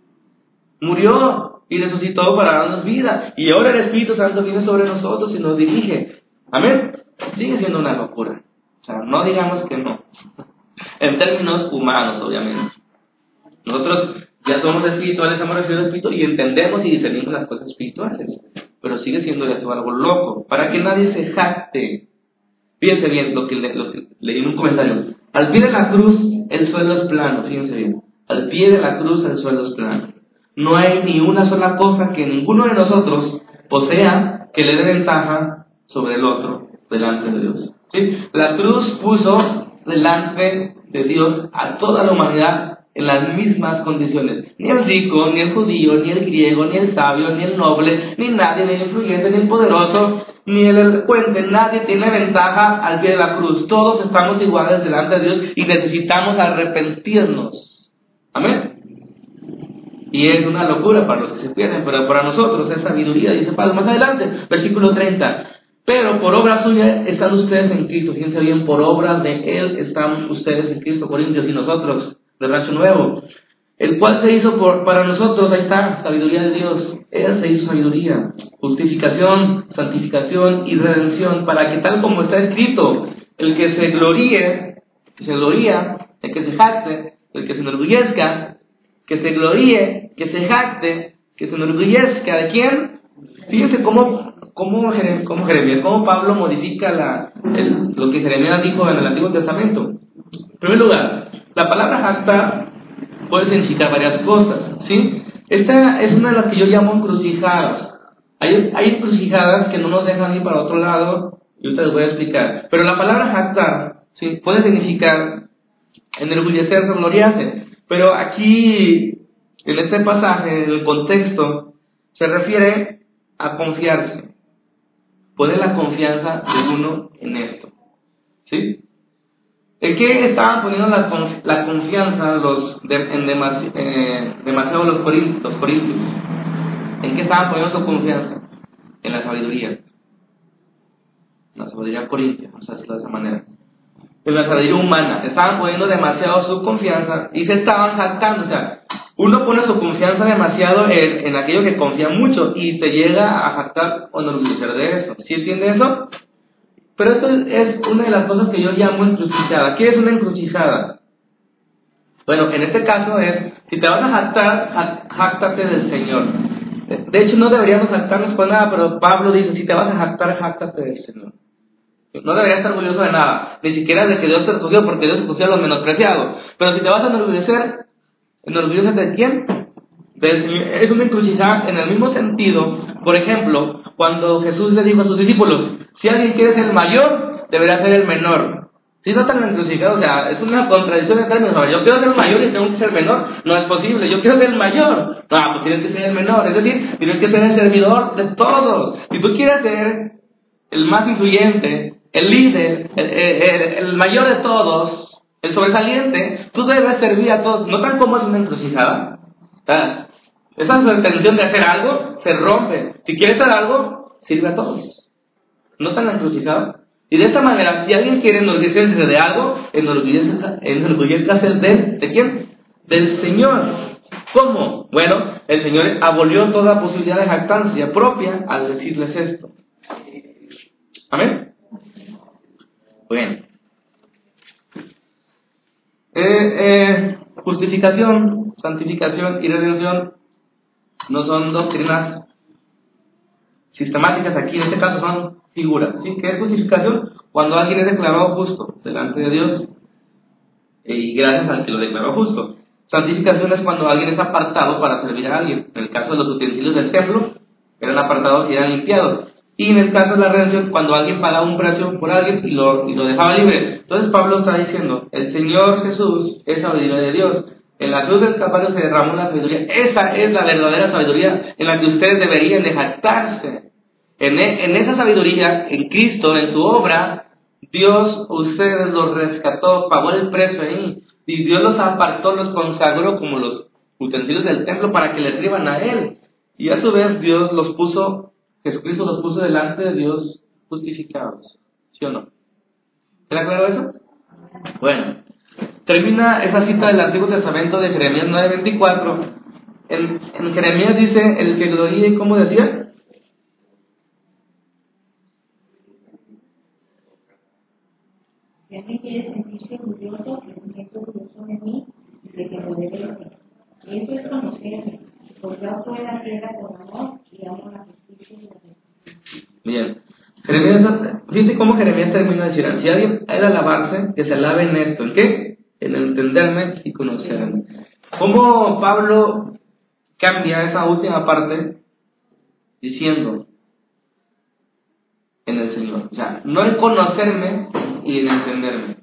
Murió y resucitó para darnos vida. Y ahora el Espíritu Santo viene sobre nosotros y nos dirige. Amén. Sigue siendo una locura. O sea, no digamos que no. En términos humanos, obviamente. Nosotros ya somos espirituales, hemos recibido el Espíritu y entendemos y discernimos las cosas espirituales. Pero sigue siendo algo loco. Para que nadie se jacte. Fíjense bien lo que leí en un comentario. Al pie de la cruz, el suelo es plano. Fíjense bien. Al pie de la cruz, el suelo es plano. No hay ni una sola cosa que ninguno de nosotros posea que le dé ventaja sobre el otro delante de Dios. ¿Sí? La cruz puso delante de Dios a toda la humanidad en las mismas condiciones. Ni el rico, ni el judío, ni el griego, ni el sabio, ni el noble, ni nadie, ni el influyente, ni el poderoso, ni el elocuente, nadie tiene ventaja al pie de la cruz. Todos estamos iguales delante de Dios y necesitamos arrepentirnos. Amén. Y es una locura para los que se pierden, pero para nosotros es sabiduría, dice Pablo más adelante, versículo 30. Pero por obra suya están ustedes en Cristo. Fíjense bien, por obra de Él están ustedes en Cristo, Corintios, y nosotros, de Rancho Nuevo. El cual se hizo para nosotros, ahí está, sabiduría de Dios. Él se hizo sabiduría, justificación, santificación y redención, para que tal como está escrito, el que se gloríe, el que se jacte, el que se enorgullezca, que se gloríe, que se jacte, que se enorgullezca. ¿De quién? Fíjense cómo Pablo modifica lo que Jeremías dijo en el Antiguo Testamento. En primer lugar, la palabra jactar puede significar varias cosas, ¿sí? Esta es una de las que yo llamo encrucijadas. Hay encrucijadas que no nos dejan ir para otro lado, y ahorita les voy a explicar. Pero la palabra jactar, ¿sí?, puede significar enorgullecerse o gloriarse. Pero aquí, en este pasaje, en el contexto, se refiere a confiarse. Poner la confianza de uno en esto. ¿Sí? ¿En qué estaban poniendo la confianza demasiado los corintios? ¿En qué estaban poniendo su confianza? En la sabiduría. La sabiduría corintia, vamos a decirlo de esa manera. En la sabiduría humana. Estaban poniendo demasiado su confianza y se estaban jactando. O sea, uno pone su confianza demasiado en aquello que confía mucho y se llega a jactar o enorgullecer de eso. ¿Sí entiende eso? Pero esto es una de las cosas que yo llamo encrucijada. ¿Qué es una encrucijada? Bueno, en este caso es, si te vas a jactar, jáctate del Señor. De hecho, no deberíamos jactarnos por nada, pero Pablo dice, si te vas a jactar, jáctate del Señor. No deberías estar orgulloso de nada, ni siquiera de que Dios te escogió, porque Dios escogió a los menospreciados. Pero si te vas a enorgullecer, ¿enorgullécete de quién? Del Señor. Es una encrucijada en el mismo sentido. Por ejemplo, cuando Jesús le dijo a sus discípulos, si alguien quiere ser el mayor, deberá ser el menor. Si no están encrucijados, o sea, es una contradicción en términos. Yo quiero ser el mayor y tengo que ser menor. No es posible. Yo quiero ser el mayor. No, pues tienes que ser el menor. Es decir, tienes que ser el servidor de todos. Si tú quieres ser el más influyente, el líder, el mayor de todos, el sobresaliente, tú debes servir a todos. ¿Notan cómo es una encrucijada? O sea, esa intención de hacer algo se rompe. Si quieres hacer algo, sirve a todos. ¿Notan la encrucijada? Y de esta manera, si alguien quiere enorgullecerse de algo, enorgullezcase ¿de quién? Del Señor. ¿Cómo? Bueno, el Señor abolió toda posibilidad de jactancia propia al decirles esto. ¿Amén? Bueno. Justificación, santificación y redención no son doctrinas sistemáticas aquí, en este caso son figuras. ¿Sí? ¿Qué es justificación? Cuando alguien es declarado justo delante de Dios y gracias al que lo declaró justo. Santificación es cuando alguien es apartado para servir a alguien. En el caso de los utensilios del templo, eran apartados y eran limpiados. Y en el caso de la redención, cuando alguien pagaba un precio por alguien y lo dejaba libre. Entonces Pablo está diciendo, el Señor Jesús es sabiduría de Dios. En la cruz del Calvario se derramó la sabiduría. Esa es la verdadera sabiduría en la que ustedes deberían de jactarse. En esa sabiduría, en Cristo, en su obra, Dios ustedes los rescató, pagó el precio ahí. Y Dios los apartó, los consagró como los utensilios del templo para que le sirvan a Él. Y a su vez Dios los puso, Jesucristo los puso delante de Dios justificados. ¿Sí o no? ¿Queda claro eso? Bueno, termina esa cita del Antiguo Testamento de Jeremías 9:24. En Jeremías dice, el que gloríe, ¿cómo decía? Si alguien quiere sentirse orgulloso, que se sienta orgulloso de mí y de que me obedece. Eso es conocerme, porque yo fue la tierra con amor y amo la justicia y la justicia. Bien. Jeremías, fíjate cómo Jeremías termina de decir, si alguien ha de alabarse, que se alabe en esto. ¿En qué? En entenderme y conocerme. ¿Cómo Pablo cambia esa última parte diciendo en el Señor? O sea, no en conocerme y en entenderme.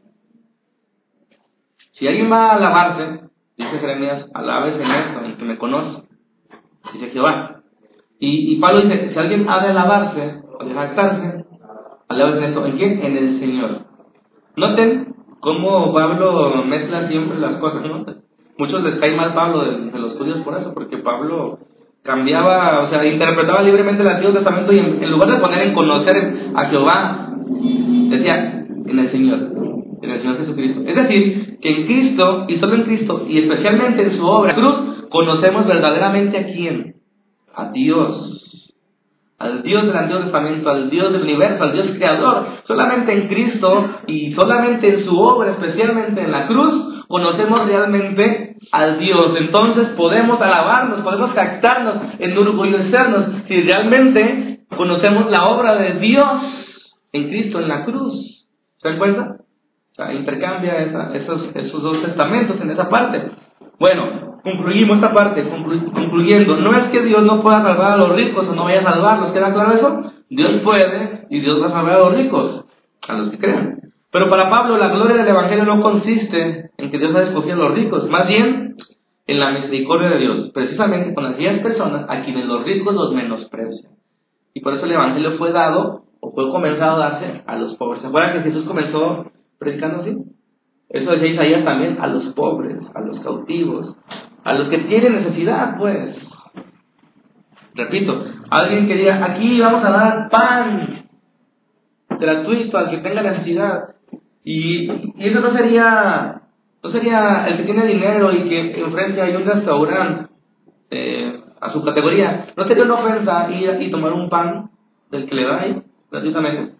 Si alguien va a alabarse, dice Jeremías, alabes en esto, en que me conoce, dice Jehová. Y Pablo dice, si alguien ha de alabarse o de jactarse, alabes en esto, ¿en quién? En el Señor. Noten cómo Pablo mezcla siempre las cosas, ¿no? Muchos les cae mal Pablo de los judíos por eso, porque Pablo cambiaba, o sea, interpretaba libremente el Antiguo Testamento y en lugar de poner en conocer a Jehová, decía, en el Señor Jesucristo. Es decir, que en Cristo, y solo en Cristo, y especialmente en su obra, cruz, conocemos verdaderamente a quién. A Dios. Al Dios del Antiguo Testamento, al Dios del universo, al Dios creador. Solamente en Cristo y solamente en su obra, especialmente en la cruz, conocemos realmente al Dios. Entonces podemos alabarnos, podemos jactarnos, enorgullecernos, si realmente conocemos la obra de Dios en Cristo, en la cruz. ¿Se dan cuenta? O sea, intercambia esos dos testamentos en esa parte. Bueno, concluimos esta parte, concluyendo. No es que Dios no pueda salvar a los ricos o no vaya a salvarlos, ¿queda claro eso? Dios puede y Dios va a salvar a los ricos, a los que crean. Pero para Pablo la gloria del Evangelio no consiste en que Dios haya escogido a los ricos, más bien en la misericordia de Dios, precisamente con aquellas personas a quienes los ricos los menosprecian. Y por eso el Evangelio fue dado, o fue comenzado a darse a los pobres. ¿Se acuerdan que Jesús comenzó predicando así? Eso decía Isaías también, a los pobres, a los cautivos, a los que tienen necesidad, pues. Repito, alguien que diga, aquí vamos a dar pan gratuito al que tenga necesidad. Y eso no sería el que tiene dinero y que enfrente hay un restaurante a su categoría. ¿No sería una ofensa ir y tomar un pan del que le da ahí gratuitamente?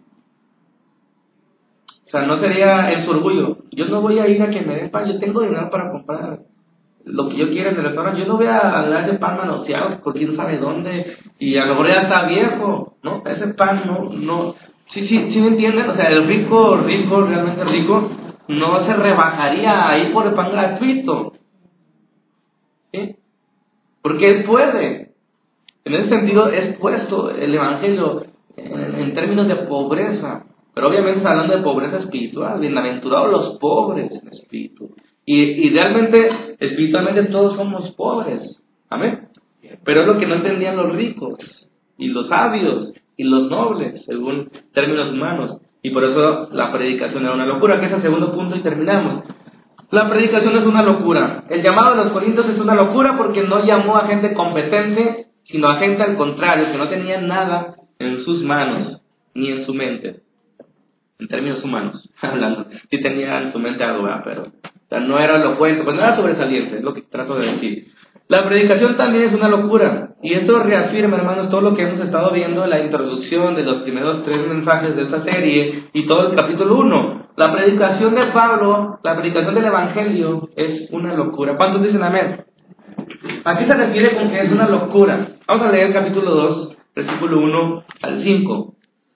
O sea, no sería en su orgullo. Yo no voy a ir a que me den pan, yo tengo dinero para comprar lo que yo quiera en el restaurante. Yo no voy a dar ese pan manoseado porque quién sabe dónde y a lo mejor ya está viejo, ¿no? Ese pan no. Sí me entienden. O sea, el rico, realmente rico, no se rebajaría ahí por el pan gratuito, ¿sí? Porque él puede. En ese sentido es puesto el Evangelio en términos de pobreza, pero obviamente está hablando de pobreza espiritual. Bienaventurados los pobres en espíritu. Y realmente, espiritualmente todos somos pobres, amén. Pero es lo que no entendían los ricos y los sabios y los nobles, según términos humanos. Y por eso la predicación era una locura, que es el segundo punto y terminamos. La predicación es una locura. El llamado de los corintios es una locura porque no llamó a gente competente, sino a gente al contrario, que no tenía nada en sus manos ni en su mente. En términos humanos, hablando. Sí tenía en su mente algo, pero no era elocuente, pues no era sobresaliente, es lo que trato de decir. La predicación también es una locura. Y esto reafirma, hermanos, todo lo que hemos estado viendo en la introducción de los primeros 3 mensajes de esta serie y todo el capítulo 1. La predicación de Pablo, la predicación del Evangelio es una locura. ¿Cuántos dicen amén? ¿A qué se refiere con que es una locura? Vamos a leer el capítulo 2, versículo 1 al 5.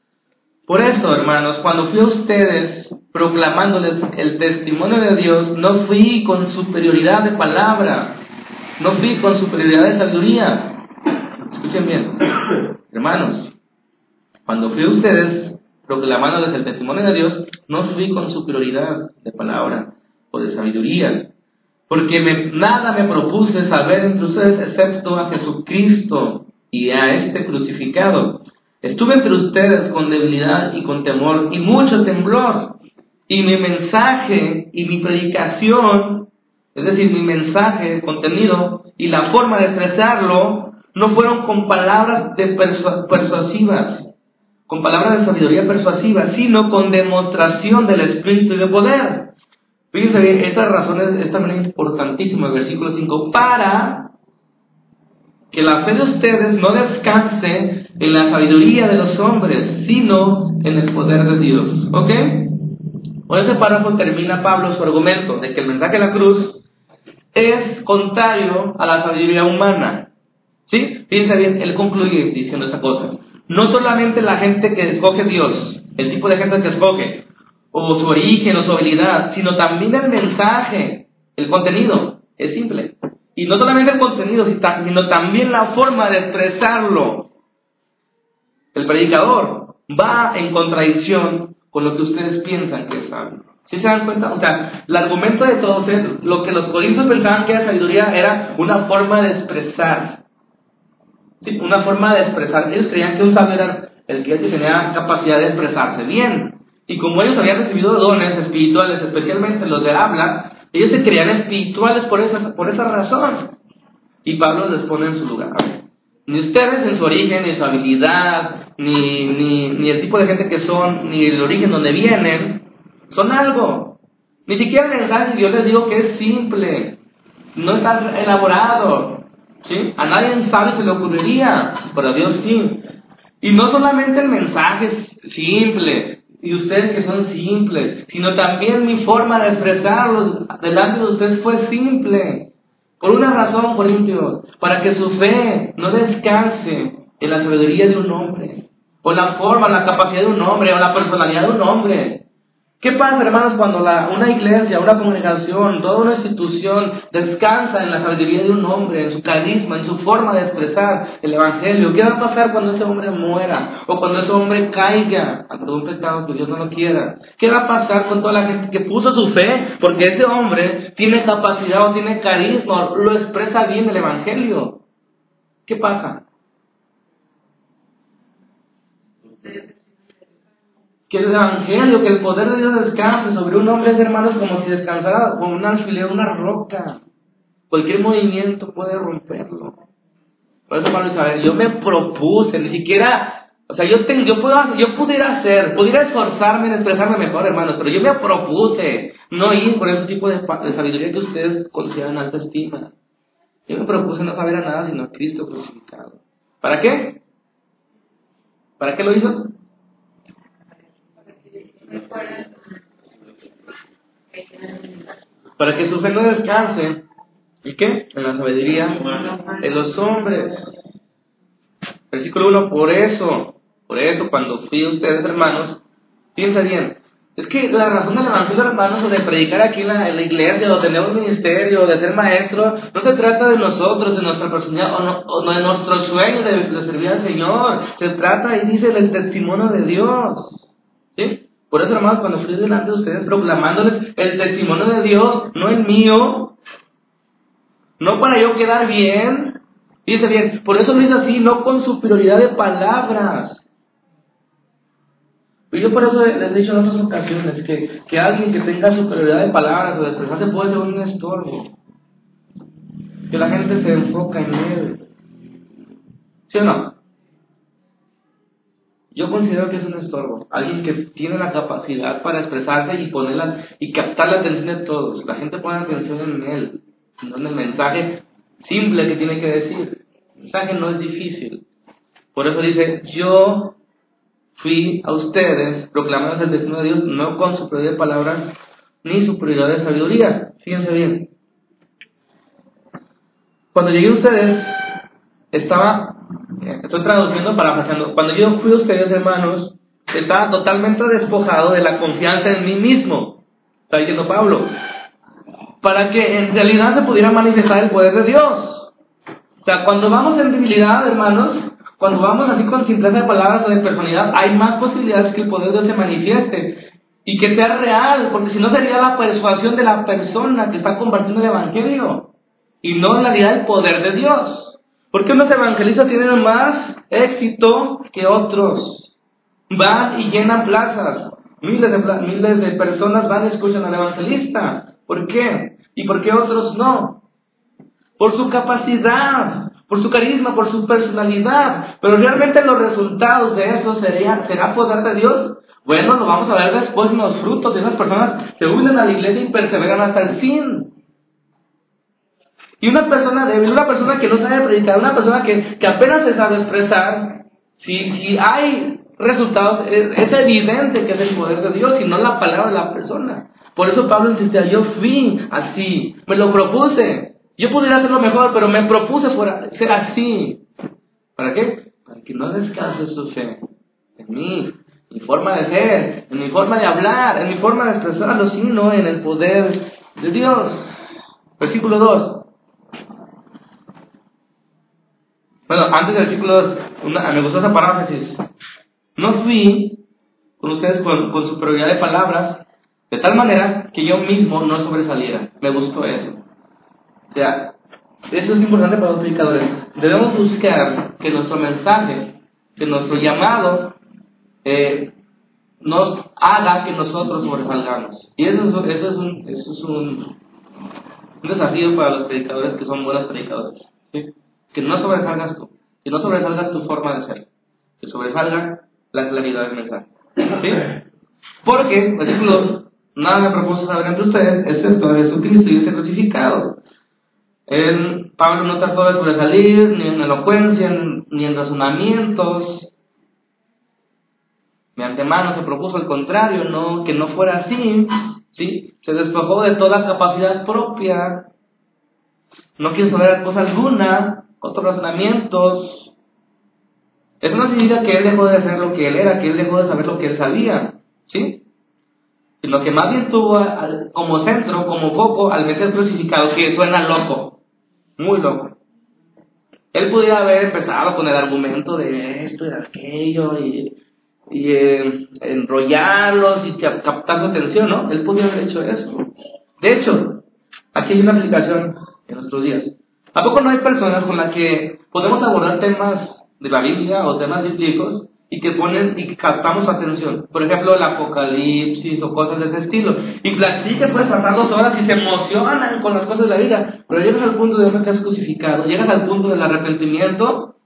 Por eso, hermanos, cuando fui a ustedes proclamándoles el testimonio de Dios, no fui con superioridad de palabra, no fui con superioridad de sabiduría. Escuchen bien, hermanos, cuando fui a ustedes proclamándoles el testimonio de Dios, no fui con superioridad de palabra o de sabiduría, porque nada me propuse saber entre ustedes excepto a Jesucristo y a este crucificado. Estuve entre ustedes con debilidad y con temor y mucho temblor. Y mi mensaje y mi predicación, es decir, mi mensaje, contenido y la forma de expresarlo, no fueron con palabras persuasivas, con palabras de sabiduría persuasiva, sino con demostración del Espíritu y de poder. Fíjense bien, esta razón es también importantísima, el versículo 5, para que la fe de ustedes no descanse en la sabiduría de los hombres, sino en el poder de Dios. ¿Ok? Con ese párrafo termina Pablo su argumento de que el mensaje de la cruz es contrario a la sabiduría humana. ¿Sí? Fíjense bien, él concluye diciendo esta cosa. No solamente la gente que escoge Dios, el tipo de gente que escoge, o su origen o su habilidad, sino también el mensaje, el contenido, es simple. Y no solamente el contenido, sino también la forma de expresarlo. El predicador va en contradicción con lo que ustedes piensan que es sabio. ¿Sí se dan cuenta? O sea, el argumento de todos es, lo que los corintios pensaban que era sabiduría era una forma de expresar. ¿Sí? Una forma de expresar. Ellos creían que un sabio era el que tenía capacidad de expresarse bien. Y como ellos habían recibido dones espirituales, especialmente los de habla, ellos se creían espirituales por esa razón. Y Pablo les pone en su lugar. Ni ustedes en su origen, ni su habilidad, ni el tipo de gente que son, ni el origen donde vienen, son algo. Ni siquiera el mensaje, yo les digo que es simple, no está elaborado, ¿sí? A nadie sabe se le ocurriría, pero a Dios sí. Y no solamente el mensaje es simple, y ustedes que son simples, sino también mi forma de expresarlos delante de ustedes fue simple. Por una razón, Corintios, para que su fe no descanse en la sabiduría de un hombre, o la forma, la capacidad de un hombre, o la personalidad de un hombre, ¿Qué pasa, hermanos, cuando una iglesia, una congregación, toda una institución descansa en la sabiduría de un hombre, en su carisma, en su forma de expresar el evangelio? ¿Qué va a pasar cuando ese hombre muera? O cuando ese hombre caiga ante un pecado que Dios no lo quiera. ¿Qué va a pasar con toda la gente que puso su fe? Porque ese hombre tiene capacidad o tiene carisma, o lo expresa bien el evangelio. ¿Qué pasa? Que el evangelio, que el poder de Dios descanse sobre un hombre, hermanos, como si descansara con un alfiler, una roca. Cualquier movimiento puede romperlo. Por eso Pablo dice, a ver, yo me propuse, ni siquiera, o sea, yo pudiera esforzarme en expresarme mejor, hermanos, pero yo me propuse no ir por ese tipo de sabiduría que ustedes consideran alta estima. Yo me propuse no saber a nada sino a Cristo crucificado. ¿Para qué? ¿Para qué lo hizo? Para que su fe no descanse. ¿Y qué? En la sabiduría de los hombres. Versículo 1, por eso, cuando fui a ustedes, hermanos, piensa bien. Es que la razón del evangelio, hermanos, o de predicar aquí en la iglesia, o tener un ministerio, o de ser maestro, no se trata de nosotros, de nuestra personalidad, o no de nuestro sueño de servir al Señor. Se trata, ahí dice, del testimonio de Dios. ¿Sí? Por eso, hermanos, cuando fui delante de ustedes proclamándoles el testimonio de Dios, no el mío, no para yo quedar bien, dice bien, por eso lo dice así, no con superioridad de palabras. Y yo por eso les he dicho en otras ocasiones que alguien que tenga superioridad de palabras o de expresarse puede ser un estorbo. Que la gente se enfoca en él. ¿Sí o no? Yo considero que es un estorbo. Alguien que tiene la capacidad para expresarse y ponerla y captar la atención de todos. La gente pone atención en él, no en el mensaje simple que tiene que decir. El mensaje no es difícil. Por eso dice, yo fui a ustedes proclamando el testimonio de Dios, no con superioridad de palabras ni superioridad de sabiduría. Fíjense bien. Cuando llegué a ustedes, estoy traduciendo, parafraseando. Cuando yo fui a ustedes, hermanos, estaba totalmente despojado de la confianza en mí mismo. Está diciendo Pablo. Para que en realidad se pudiera manifestar el poder de Dios. O sea, cuando vamos en debilidad, hermanos, cuando vamos así con simpleza de palabras o de personalidad, hay más posibilidades que el poder de Dios se manifieste y que sea real, porque si no sería la persuasión de la persona que está compartiendo el evangelio y no en realidad el poder de Dios. Porque unos evangelistas tienen más éxito que otros. Van y llenan plazas. Miles de personas van y escuchan al evangelista. ¿Por qué? ¿Y por qué otros no? Por su capacidad, por su carisma, por su personalidad. Pero realmente los resultados de eso ¿será poder de Dios? Bueno, lo vamos a ver después en los frutos de esas personas que unen a la iglesia y perseveran hasta el fin. Y una persona débil, una persona que no sabe predicar, una persona que apenas se sabe expresar, si hay resultados, es evidente que es el poder de Dios y no la palabra de la persona. Por eso Pablo insistía, yo fui así, me lo propuse. Yo pudiera hacerlo mejor, pero me propuse ser así. ¿Para qué? Para que no descanse su fe en mí, en mi forma de ser, en mi forma de hablar, en mi forma de expresarlo, sino en el poder de Dios. Versículo 2. Bueno, antes del versículo 2, me gustó esa paráfrasis. No fui con ustedes con superioridad de palabras, de tal manera que yo mismo no sobresaliera. Me gustó eso. O sea, eso es importante para los predicadores. Debemos buscar que nuestro mensaje, que nuestro llamado, nos haga que nosotros sobresalgamos. Y eso es un desafío para los predicadores que son buenos predicadores. ¿Sí? Que no sobresalgas tú, que no sobresalga tu forma de ser, que sobresalga la claridad del mensaje. ¿Sí? Porque, versículo, nada me propuso saber entre ustedes, excepto a Jesucristo y este crucificado. Pablo no trató de sobresalir, ni en elocuencia, ni en razonamientos. De antemano se propuso el contrario, no, que no fuera así. ¿Sí? Se despojó de toda capacidad propia. No quiso saber cosa alguna, otros razonamientos. Eso no significa que él dejó de hacer lo que él era, que él dejó de saber lo que él sabía. ¿Sí? sino que más bien tuvo como centro, como foco, al Mesías crucificado, que suena loco, muy loco. Él pudiera haber empezado con el argumento de esto y de aquello y enrollarlos y captar su atención, ¿no? Él podría haber hecho eso. De hecho, aquí hay una aplicación en nuestros días. ¿A poco no hay personas con las que podemos abordar temas de la Biblia o temas bíblicos y que captamos su atención? Por ejemplo, el Apocalipsis o cosas de ese estilo. Y platicas, puedes pasar 2 horas y se emocionan con las cosas de la vida, pero llegas al punto de que has crucificado, llegas al punto del arrepentimiento,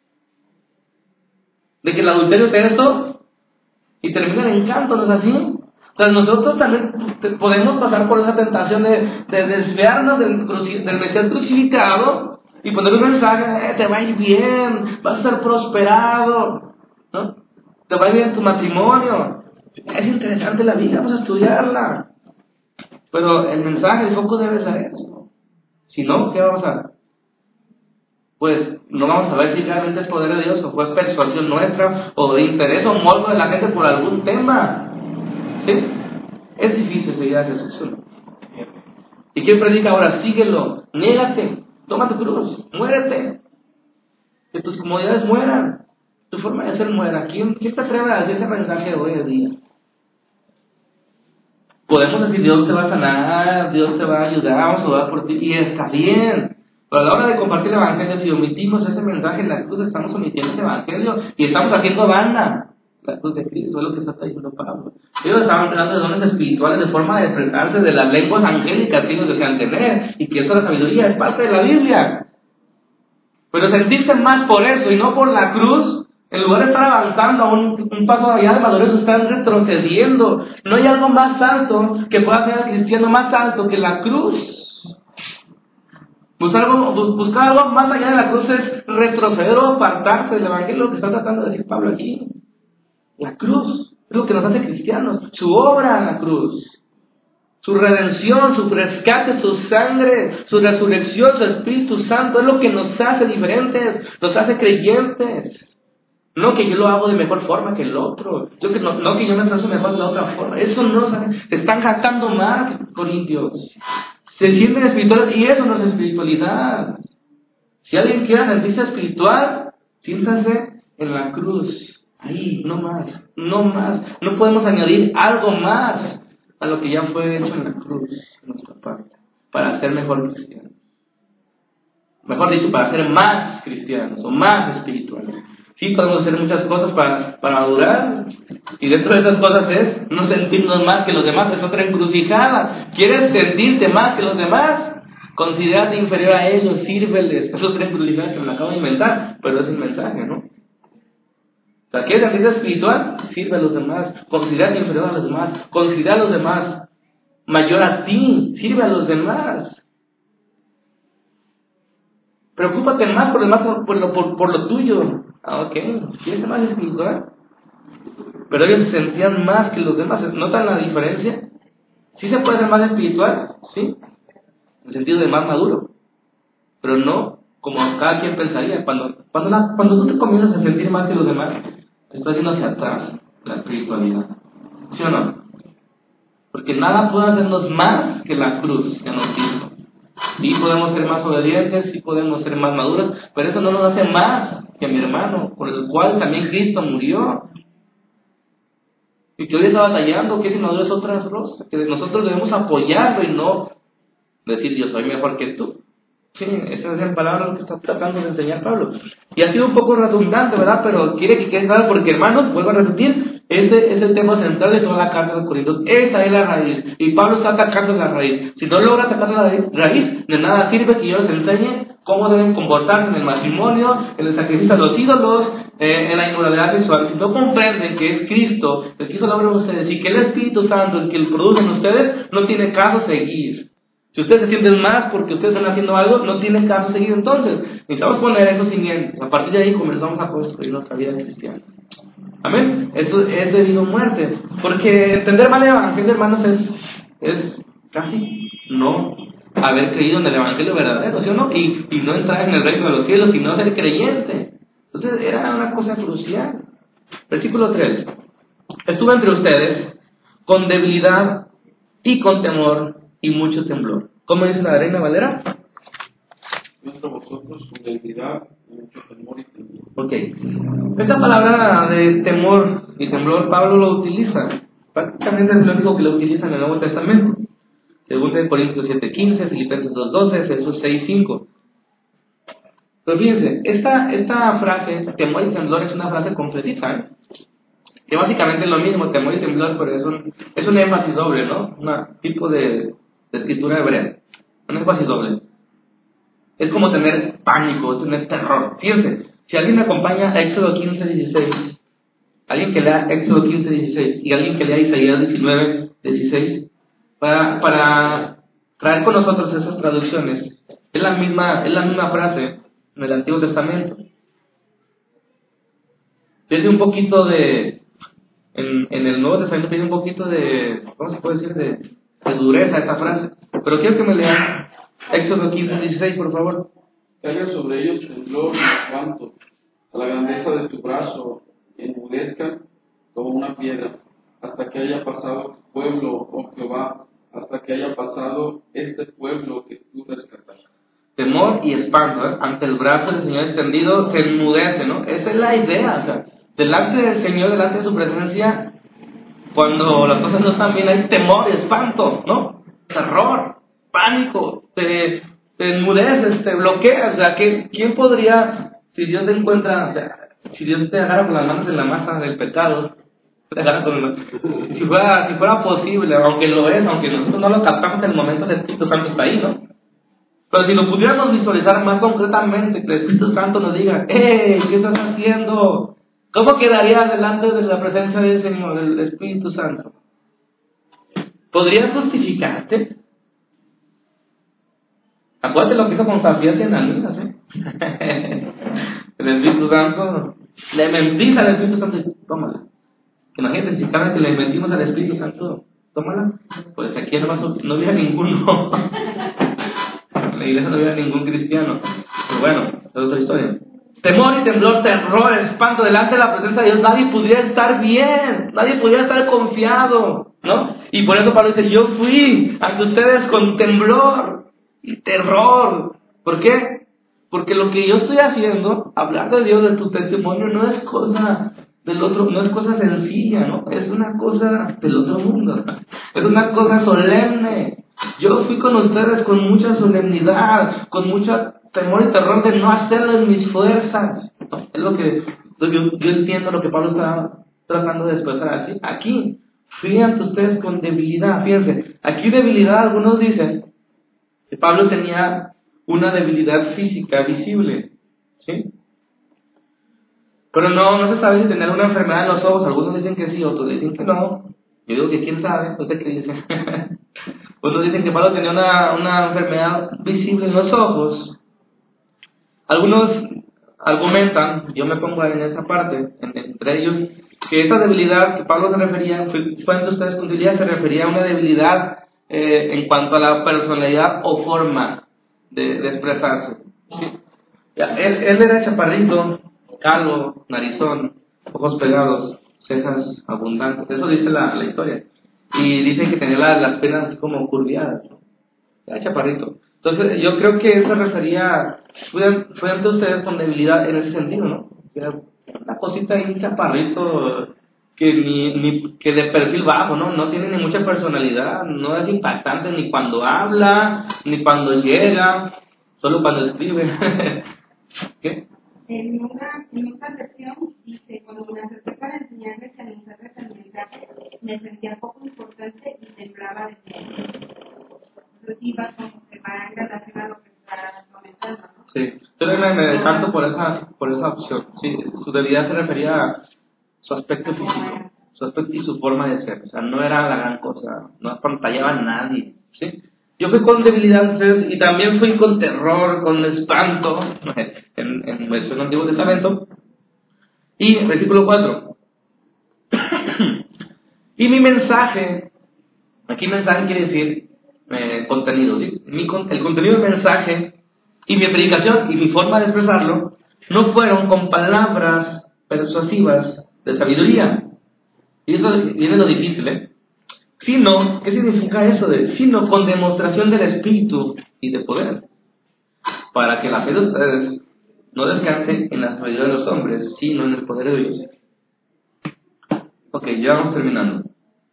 de que el adulterio es esto, y termina el encanto, ¿no es así? O sea, nosotros también podemos pasar por esa tentación de desviarnos del Mesías crucificado y poner un mensaje, te va a ir bien, vas a ser prosperado, ¿no? Te va a ir bien tu matrimonio, es interesante la vida, vamos a estudiarla. Pero el mensaje, el foco debe ser eso. Si no, ¿qué va a pasar? Pues no vamos a ver si realmente es poder de Dios o fue persuasión nuestra o de interés o morbo de la gente por algún tema. ¿Sí? Es difícil seguir a Jesús, ¿no? ¿Y quién predica ahora? Síguelo, niégate, toma tu cruz, muérete, que tus comodidades mueran, tu forma de ser muera. ¿Quién te atreve a decir ese mensaje hoy en día? Podemos decir, Dios te va a sanar, Dios te va a ayudar, vamos a orar por ti, y está bien. Pero a la hora de compartir el Evangelio, si omitimos ese mensaje en la cruz, estamos omitiendo ese Evangelio y estamos haciendo banda. La cruz de Cristo es lo que está diciendo Pablo. Ellos estaban hablando de dones espirituales, de forma de expresarse, de las lenguas angélicas que ellos desean tener, y que eso, la sabiduría, es parte de la Biblia. Pero sentirse más por eso y no por la cruz, en lugar de estar avanzando a un paso allá de madurez, están retrocediendo. No hay algo más alto que pueda hacer al cristiano más alto que la cruz. Buscar algo más allá de la cruz es retroceder o apartarse del Evangelio, lo que está tratando de decir Pablo aquí. La cruz es lo que nos hace cristianos, su obra en la cruz, su redención, su rescate, su sangre, su resurrección, su Espíritu Santo, es lo que nos hace diferentes, nos hace creyentes. No que yo lo hago de mejor forma que el otro, no que yo me trazo mejor de la otra forma, eso no nos hace, se están jactando más, Corintios. Se sienten espirituales y eso no es espiritualidad. Si alguien quiere sentirse espiritual, siéntase en la cruz. Ahí, no más, no más. No podemos añadir algo más a lo que ya fue hecho en la cruz, en nuestra parte, para ser mejor cristianos. Mejor dicho, para ser más cristianos o más espirituales. Sí, podemos hacer muchas cosas para madurar, y dentro de esas cosas es no sentirnos más que los demás, es otra encrucijada. ¿Quieres sentirte más que los demás? Considérate inferior a ellos, sírveles. Es otra encrucijada que me la acabo de inventar, pero es el mensaje, ¿no? O sea, ¿quieres sentirte espiritual? Sirve a los demás, considérate inferior a los demás, considera a los demás mayor a ti, sirve a los demás. Preocúpate más por lo tuyo. Ah, ok, ¿quieres ser más espiritual? Pero ellos se sentían más que los demás. ¿Notan la diferencia? ¿Sí se puede ser más espiritual? Sí, en el sentido de más maduro, pero no como cada quien pensaría. Cuando tú te comienzas a sentir más que los demás, estás yendo hacia atrás la espiritualidad. ¿Sí o no? Porque nada puede hacernos más que la cruz que nos hizo. Sí podemos ser más obedientes, sí podemos ser más maduros, pero eso no nos hace más que a mi hermano, por el cual también Cristo murió. Y que hoy está batallando, que esa inmadurez es otra cosa, que nosotros debemos apoyarlo y no decir yo soy mejor que tú. Sí, esa es la palabra lo que está tratando de enseñar Pablo. Y ha sido un poco redundante, ¿verdad? Pero quiere que quede claro, porque hermanos, vuelvo a repetir, ese es el tema central de toda la carta de los Corintios. Esa es la raíz. Y Pablo está atacando la raíz. Si no logra atacar la raíz, de nada sirve que yo les enseñe cómo deben comportarse en el matrimonio, en el sacrificio a los ídolos, en la inmoralidad sexual. Si no comprenden que es Cristo el que hizo la obra en ustedes y que el Espíritu Santo el que lo produce en ustedes, no tiene caso seguir. Si ustedes se sienten más porque ustedes están haciendo algo, no tiene caso seguir entonces. Necesitamos poner esos cimientos. A partir de ahí comenzamos a construir nuestra vida cristiana. Amén. Esto es debido a muerte. Porque entender mal el Evangelio, hermanos, es casi no haber creído en el Evangelio verdadero, ¿sí o no? Y no entrar en el reino de los cielos, sino ser creyente. Entonces era una cosa crucial. Versículo 3. Estuve entre ustedes con debilidad y con temor y mucho temblor. ¿Cómo dice la Reina Valera? Contra vosotros con debilidad y mucho temor y temblor. Ok. Esta palabra de temor y temblor, Pablo lo utiliza. Prácticamente es lo único que lo utiliza en el Nuevo Testamento. Según de Corintios 7:15, Filipenses 2:12, Efesios 6:5. Pero fíjense, esta frase, temor y temblor, es una frase completita, ¿eh? Que básicamente es lo mismo, temor y temblor, pero es un énfasis doble, ¿no? Un tipo de escritura hebrea. Un énfasis doble. Es como tener pánico, tener terror. Fíjense, si alguien me acompaña a Éxodo 15:16, alguien que lea Éxodo 15:16 y alguien que lea Isaías 19:16, para traer con nosotros esas traducciones, es la misma frase en el Antiguo Testamento. Tiene un poquito en el Nuevo Testamento tiene un poquito de, ¿cómo se puede decir? De dureza esta frase. Pero quiero que me lean Éxodo 15:16, por favor. Que haya sobre ellos temblor y espanto, a la grandeza de tu brazo, enmudezcan como una piedra, hasta que haya pasado tu pueblo, oh Jehová, hasta que haya pasado este pueblo que tú rescataste. Temor y espanto, ¿eh? Ante el brazo del Señor extendido se enmudece, ¿no? Esa es la idea, o sea, delante del Señor, delante de su presencia, cuando las cosas no están bien, hay temor y espanto, ¿no? Terror, pánico, te enmudeces, te bloqueas. O sea, ¿quién podría, si Dios te encuentra, o sea, si Dios te agarra con las manos en la masa del pecado, te agarra con las manos, si fuera posible, aunque lo es, aunque nosotros no lo captamos en el momento, el Espíritu Santo está ahí, ¿no? Pero si lo pudiéramos visualizar más concretamente, que el Espíritu Santo nos diga, ¡hey! ¿Qué estás haciendo? ¿Cómo quedarías delante de la presencia del Señor, del Espíritu Santo? ¿Podrías justificarte? Acuérdate lo que hizo con Safías y Ananías, ¿eh? El Espíritu Santo, le mentís al Espíritu Santo y tómala. Imagínate si cada vez que le mentimos al Espíritu Santo, tómala. Pues aquí no hubiera ninguno. En la iglesia no hubiera ningún cristiano. Pero bueno, es otra historia. Temor y temblor, terror, espanto delante de la presencia de Dios. Nadie pudiera estar bien, nadie pudiera estar confiado, ¿no? Y por eso Pablo dice, yo fui ante ustedes con temblor y terror. ¿Por qué? Porque lo que yo estoy haciendo, hablar de Dios, de tu testimonio, no es cosa del otro, no es cosa sencilla, ¿no? Es una cosa del otro mundo, es una cosa solemne. Yo fui con ustedes con mucha solemnidad, con mucho temor y terror de no hacerlo en mis fuerzas, ¿no? Es lo que yo entiendo lo que Pablo está tratando de expresar así. Aquí fui ante ustedes con debilidad. Fíjense, aquí debilidad, algunos dicen que Pablo tenía una debilidad física visible, ¿sí? Pero no se sabe si tenía alguna enfermedad en los ojos. Algunos dicen que sí, otros dicen que no. Yo digo que quién sabe, no sé qué dicen. Otros dicen que Pablo tenía una enfermedad visible en los ojos. Algunos argumentan, yo me pongo en esa parte, entre ellos, que esa debilidad que Pablo se refería, fue entre ustedes con debilidad, se refería a una debilidad en cuanto a la personalidad o forma de expresarse. ¿Sí? Él era chaparrito, calvo, narizón, ojos pegados, cejas abundantes. Eso dice la historia. Y dicen que tenía las piernas como curviadas, ¿no? Era chaparrito. Entonces, yo creo que eso refería, fue ante ustedes con debilidad en ese sentido, ¿no? Era una cosita ahí, un chaparrito que de perfil bajo, ¿no? No tiene ni mucha personalidad, no es impactante ni cuando habla, ni cuando llega, solo cuando escribe. ¿Qué? En otra versión dice, cuando me acerqué para enseñarles a anunciarles el mensaje, me sentía poco importante y temblaba de miedo. Entonces iba como que va en relación a lo que estás comentando, ¿no? Sí, yo me decanto por esa opción. Sí, su debilidad se refería a su aspecto físico, su aspecto y su forma de ser. O sea, no era la gran cosa, no apantallaba a nadie, ¿sí? Yo fui con debilidad y también fui con terror, con espanto, en el Antiguo Testamento. Y versículo 4. Y mi mensaje, aquí mensaje quiere decir contenido, ¿sí? El contenido del mensaje y mi predicación y mi forma de expresarlo no fueron con palabras persuasivas de sabiduría. Y eso viene lo difícil, ¿eh? sino, ¿qué significa eso de sino? Con demostración del Espíritu y de poder, para que la fe de ustedes no descanse en la sabiduría de los hombres, sino en el poder de Dios. Ok, ya vamos terminando.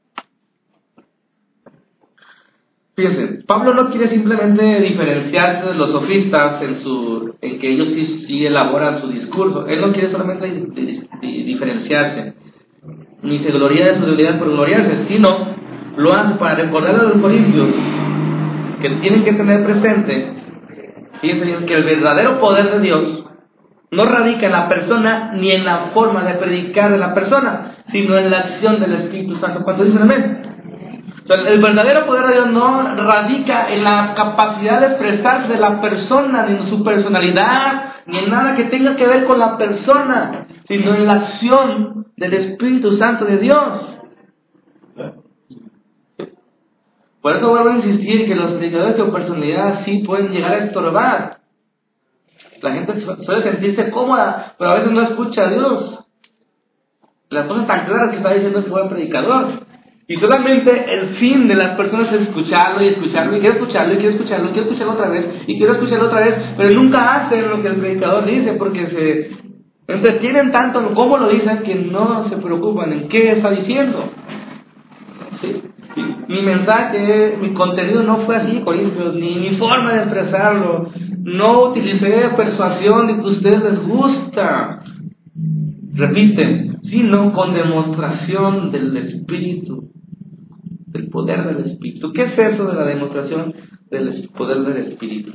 Fíjense, Pablo no quiere simplemente diferenciarse de los sofistas en que ellos sí elaboran su discurso. Él no quiere solamente diferenciarse, ni se gloria de su debilidad por gloriarse, sino lo hace para recordar a los corintios que tienen que tener presente, fíjense bien, que el verdadero poder de Dios no radica en la persona ni en la forma de predicar de la persona, sino en la acción del Espíritu Santo. ¿Cuánto dicen amén? O sea, el verdadero poder de Dios no radica en la capacidad de expresarse de la persona, ni en su personalidad, ni en nada que tenga que ver con la persona, sino en la acción del Espíritu Santo de Dios. Por eso vuelvo a insistir que los predicadores con personalidad sí pueden llegar a estorbar. La gente suele sentirse cómoda, pero a veces no escucha a Dios. Las cosas tan claras que está diciendo ese buen predicador. Y solamente el fin de las personas es escucharlo y escucharlo, y quiero escucharlo, y quiero escucharlo, y quiero escucharlo otra vez, y quiero escucharlo otra vez, pero nunca hacen lo que el predicador dice, porque se entretienen tanto en cómo lo dicen que no se preocupan en qué está diciendo. ¿Sí? Mi mensaje, mi contenido no fue así, Corintios, ni mi forma de expresarlo. No utilicé persuasión de que a ustedes les gusta. Repiten, sino con demostración del Espíritu, del poder del Espíritu. ¿Qué es eso de la demostración del poder del Espíritu?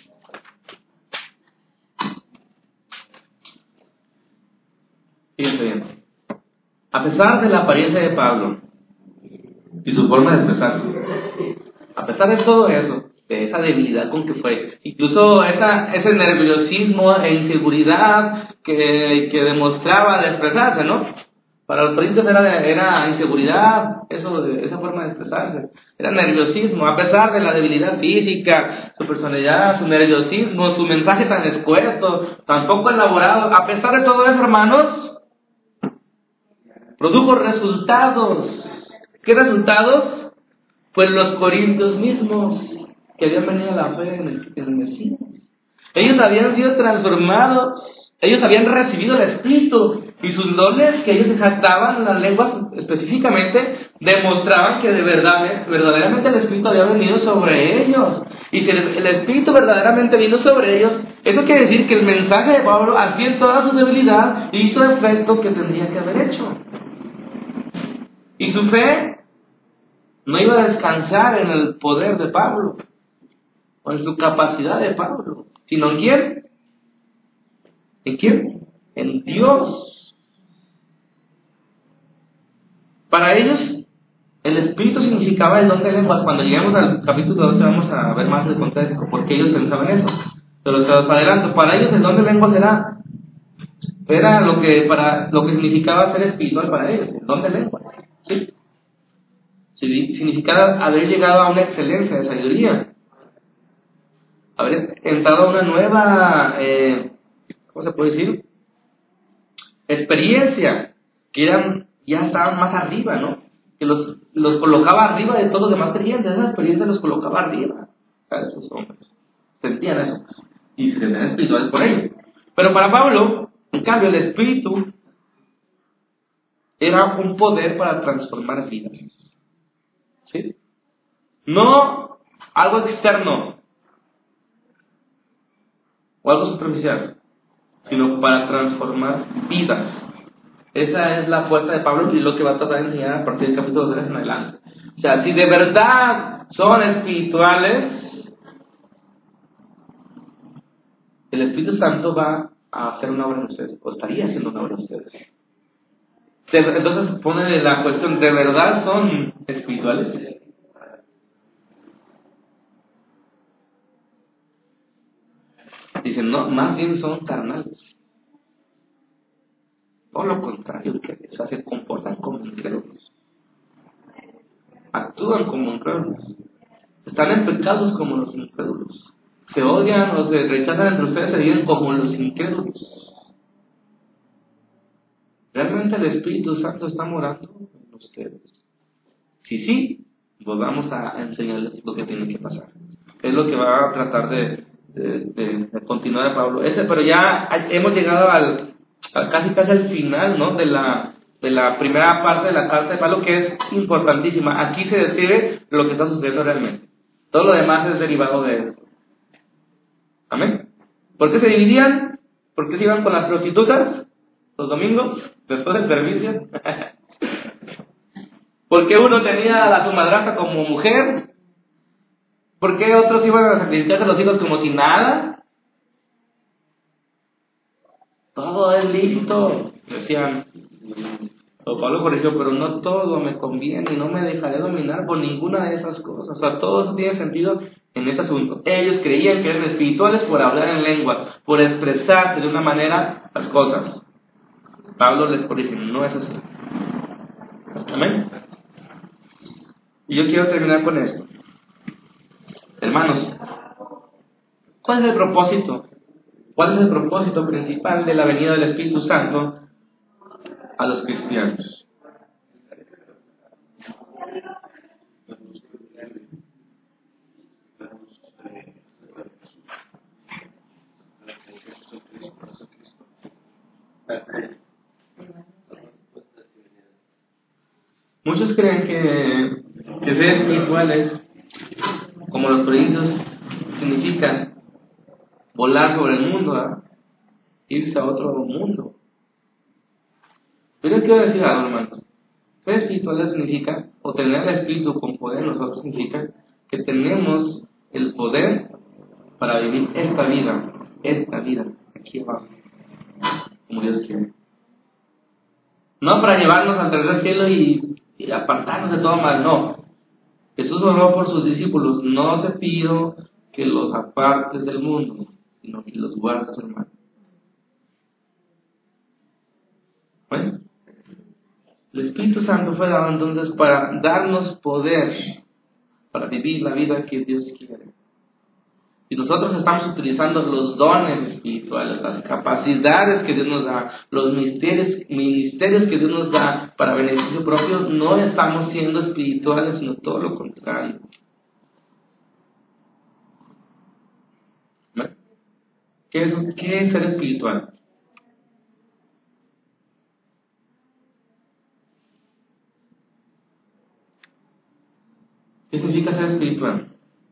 Fíjense bien. A pesar de la apariencia de Pablo y su forma de expresarse, a pesar de todo eso, de esa debilidad con que fue, incluso ese nerviosismo e inseguridad que demostraba al expresarse, ¿no? Para los corintios era inseguridad, esa forma de expresarse, era nerviosismo, a pesar de la debilidad física, su personalidad, su nerviosismo, su mensaje tan escueto, tan poco elaborado, a pesar de todo eso, hermanos, produjo resultados. ¿Qué resultados? Pues los corintios mismos, que habían venido a la fe en el Mesías. Ellos habían sido transformados, ellos habían recibido el Espíritu, y sus dones que ellos se jactaban en las lenguas específicamente, demostraban que verdaderamente el Espíritu había venido sobre ellos. Y si el Espíritu verdaderamente vino sobre ellos, eso quiere decir que el mensaje de Pablo, así en toda su debilidad, hizo el efecto que tendría que haber hecho. Y su fe no iba a descansar en el poder de Pablo, o en su capacidad de Pablo, sino en ¿quién? ¿En quién? En Dios. Para ellos, el Espíritu significaba el don de lenguas. Cuando lleguemos al capítulo 12 vamos a ver más del contexto, porque ellos pensaban eso. Pero se los adelanto. Para ellos el don de lenguas era lo que significaba ser espiritual para ellos, el don de lenguas. ¿Sí? Significaba haber llegado a una excelencia de sabiduría, haber entrado a una nueva, ¿cómo se puede decir? Experiencia, que ya estaban más arriba, ¿no? Que los colocaba arriba de todos los demás creyentes. Esa experiencia los colocaba arriba a esos hombres. Sentían eso y se sentían espirituales por ello. Pero para Pablo, en cambio, el Espíritu era un poder para transformar vidas. ¿Sí? No algo externo o algo superficial, sino para transformar vidas. Esa es la fuerza de Pablo y lo que va a tratar de enseñar a partir del capítulo 3 en adelante. O sea, si de verdad son espirituales, el Espíritu Santo va a hacer una obra en ustedes, o estaría haciendo una obra en ustedes. Entonces pone la cuestión, ¿de verdad son espirituales? Dicen, no, más bien son carnales. O lo contrario, o sea, se comportan como incrédulos. Actúan como incrédulos. Están en pecados como los incrédulos. Se odian o se rechazan entre ustedes, se viven como los incrédulos. ¿Realmente el Espíritu Santo está morando en ustedes? Si sí, Volvamos a enseñarles lo que tiene que pasar. Es lo que va a tratar de continuar Pablo. Pero ya hemos llegado casi al final, ¿no? de la primera parte de la carta de Pablo, que es importantísima. Aquí se describe lo que está sucediendo realmente. Todo lo demás es derivado de esto. Amén. ¿Por qué se dividían? ¿Por qué se iban con las prostitutas los domingos después del servicio? ¿Por qué uno tenía a su madrastra como mujer? ¿Por qué otros iban a sacrificarse a los hijos como si nada? Todo es lícito, decían. Pablo corrigió, pero no todo me conviene y no me dejaré dominar por ninguna de esas cosas. O sea, todo eso tiene sentido en este asunto. Ellos creían que eran espirituales por hablar en lengua, por expresarse de una manera las cosas. Pablo les corrige, no es así. Amén. Y yo quiero terminar con esto. Hermanos, ¿cuál es el propósito? ¿Cuál es el propósito principal de la venida del Espíritu Santo a los cristianos? Muchos creen que ser espirituales, como los corintios, significa volar sobre el mundo, ¿verdad? Irse a otro mundo. Pero yo quiero decir algo, hermanos. Ser espirituales significa, o tener el Espíritu con poder en nosotros significa que tenemos el poder para vivir esta vida, aquí abajo, como Dios quiere. No para llevarnos al tercer cielo y apartarnos de todo mal, no. Jesús oró por sus discípulos: no te pido que los apartes del mundo, sino que los guardes, hermano. Bueno, el Espíritu Santo fue dado entonces para darnos poder para vivir la vida que Dios quiere. Y nosotros estamos utilizando los dones espirituales, las capacidades que Dios nos da, los ministerios que Dios nos da para beneficio propio, no estamos siendo espirituales, sino todo lo contrario. ¿No? ¿Qué es ser espiritual? ¿Qué significa ser espiritual?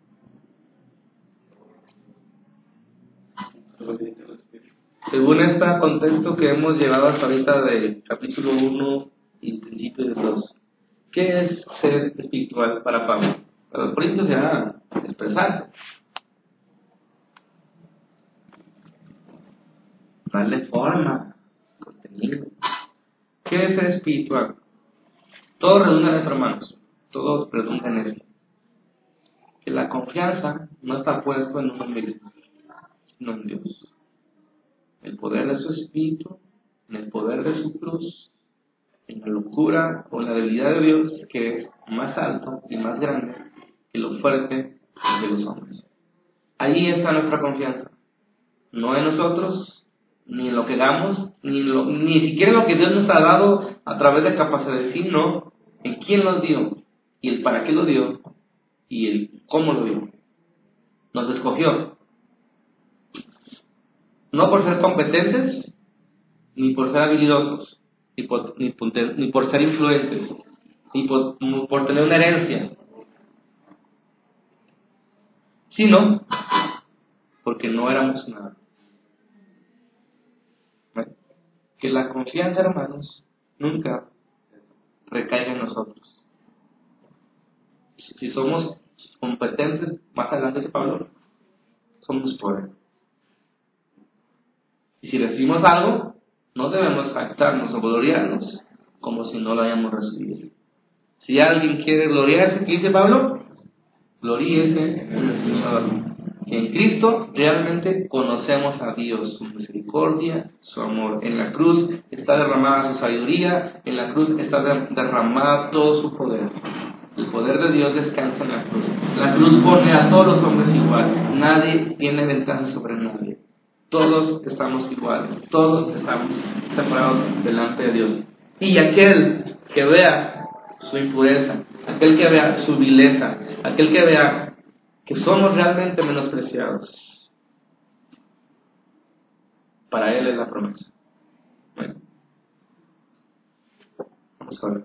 Según este contexto que hemos llevado hasta ahorita de capítulo 1 y principio de 2, ¿qué es ser espiritual para Pablo? Para los corintios era expresarse, darle forma, contenido. ¿Qué es ser espiritual? Todo redunda en eso, hermanos. Todos redunda en eso. Que la confianza no está puesta en uno mismo, sino en Dios. El poder de su Espíritu, en el poder de su cruz, en la locura o la debilidad de Dios, que es más alto y más grande que lo fuerte de los hombres. Ahí está nuestra confianza. No en nosotros, ni en lo que damos, ni siquiera en lo que Dios nos ha dado a través de capacidad, sino en quién nos dio, y el para qué lo dio, y el cómo lo dio. Nos escogió. No por ser competentes, ni por ser habilidosos, ni por ser influentes, ni por tener una herencia, sino porque no éramos nada. ¿Ven? Que la confianza, hermanos, nunca recaiga en nosotros. Si somos competentes, más adelante dice Pablo, somos por él. Y si recibimos algo, no debemos jactarnos o gloriarnos como si no lo hayamos recibido. Si alguien quiere gloriarse, ¿qué dice Pablo? Gloríese en el Señor. Que en Cristo realmente conocemos a Dios, su misericordia, su amor. En la cruz está derramada su sabiduría, en la cruz está derramada todo su poder. El poder de Dios descansa en la cruz. La cruz pone a todos los hombres igual. Nadie tiene ventaja sobre nadie. Todos estamos iguales, todos estamos separados delante de Dios. Y aquel que vea su impureza, aquel que vea su vileza, aquel que vea que somos realmente menospreciados. Para Él es la promesa. Bueno, vamos a ver.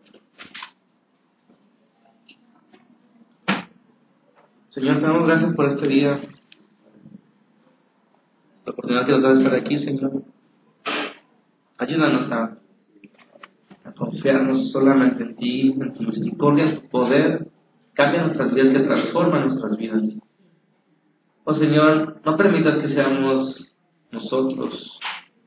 Señor, te damos gracias por este día, la oportunidad que nos da de estar aquí, Señor. Ayúdanos a confiarnos solamente en ti, en tu misericordia, en tu poder. Cambia nuestras vidas, que transforma nuestras vidas. Oh Señor, no permitas que seamos nosotros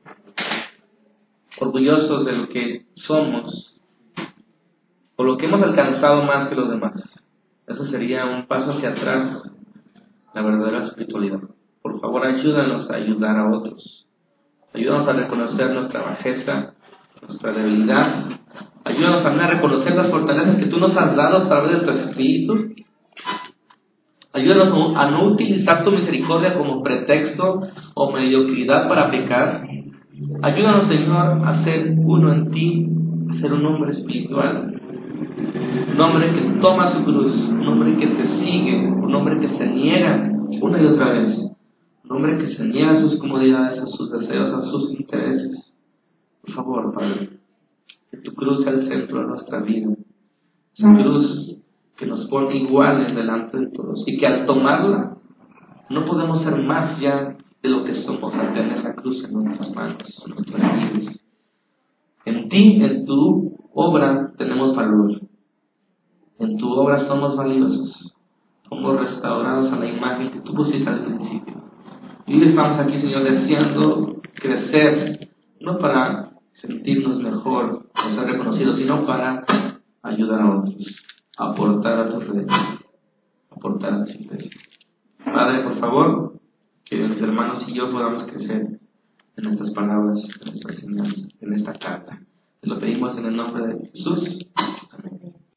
orgullosos de lo que somos o lo que hemos alcanzado más que los demás. Eso sería un paso hacia atrás, la verdadera espiritualidad. Por favor, ayúdanos a ayudar a otros. Ayúdanos a reconocer nuestra bajeza, nuestra debilidad. Ayúdanos también a reconocer las fortalezas que tú nos has dado a través de tu Espíritu. Ayúdanos a no utilizar tu misericordia como pretexto o mediocridad para pecar. Ayúdanos, Señor, a ser uno en ti, a ser un hombre espiritual. Un hombre que toma su cruz, un hombre que te sigue, un hombre que se niega una y otra vez. Un hombre que se niega a sus comodidades, a sus deseos, a sus intereses. Por favor, Padre, que tu cruz sea el centro de nuestra vida. Esa cruz que nos pone iguales delante de todos y que al tomarla no podemos ser más ya de lo que somos al tener esa cruz en nuestras manos, en nuestras vidas. En ti, en tu obra, tenemos valor. En tu obra somos valiosos. Somos restaurados a la imagen que tú pusiste al principio. Y hoy estamos aquí, Señor, deseando crecer, no para sentirnos mejor o ser reconocidos, sino para ayudar a otros, aportar a tu reino, aportar a tu imperio. Padre, por favor, que mis hermanos y yo podamos crecer en estas palabras, en esta enseñanza, en esta carta. Te lo pedimos en el nombre de Jesús.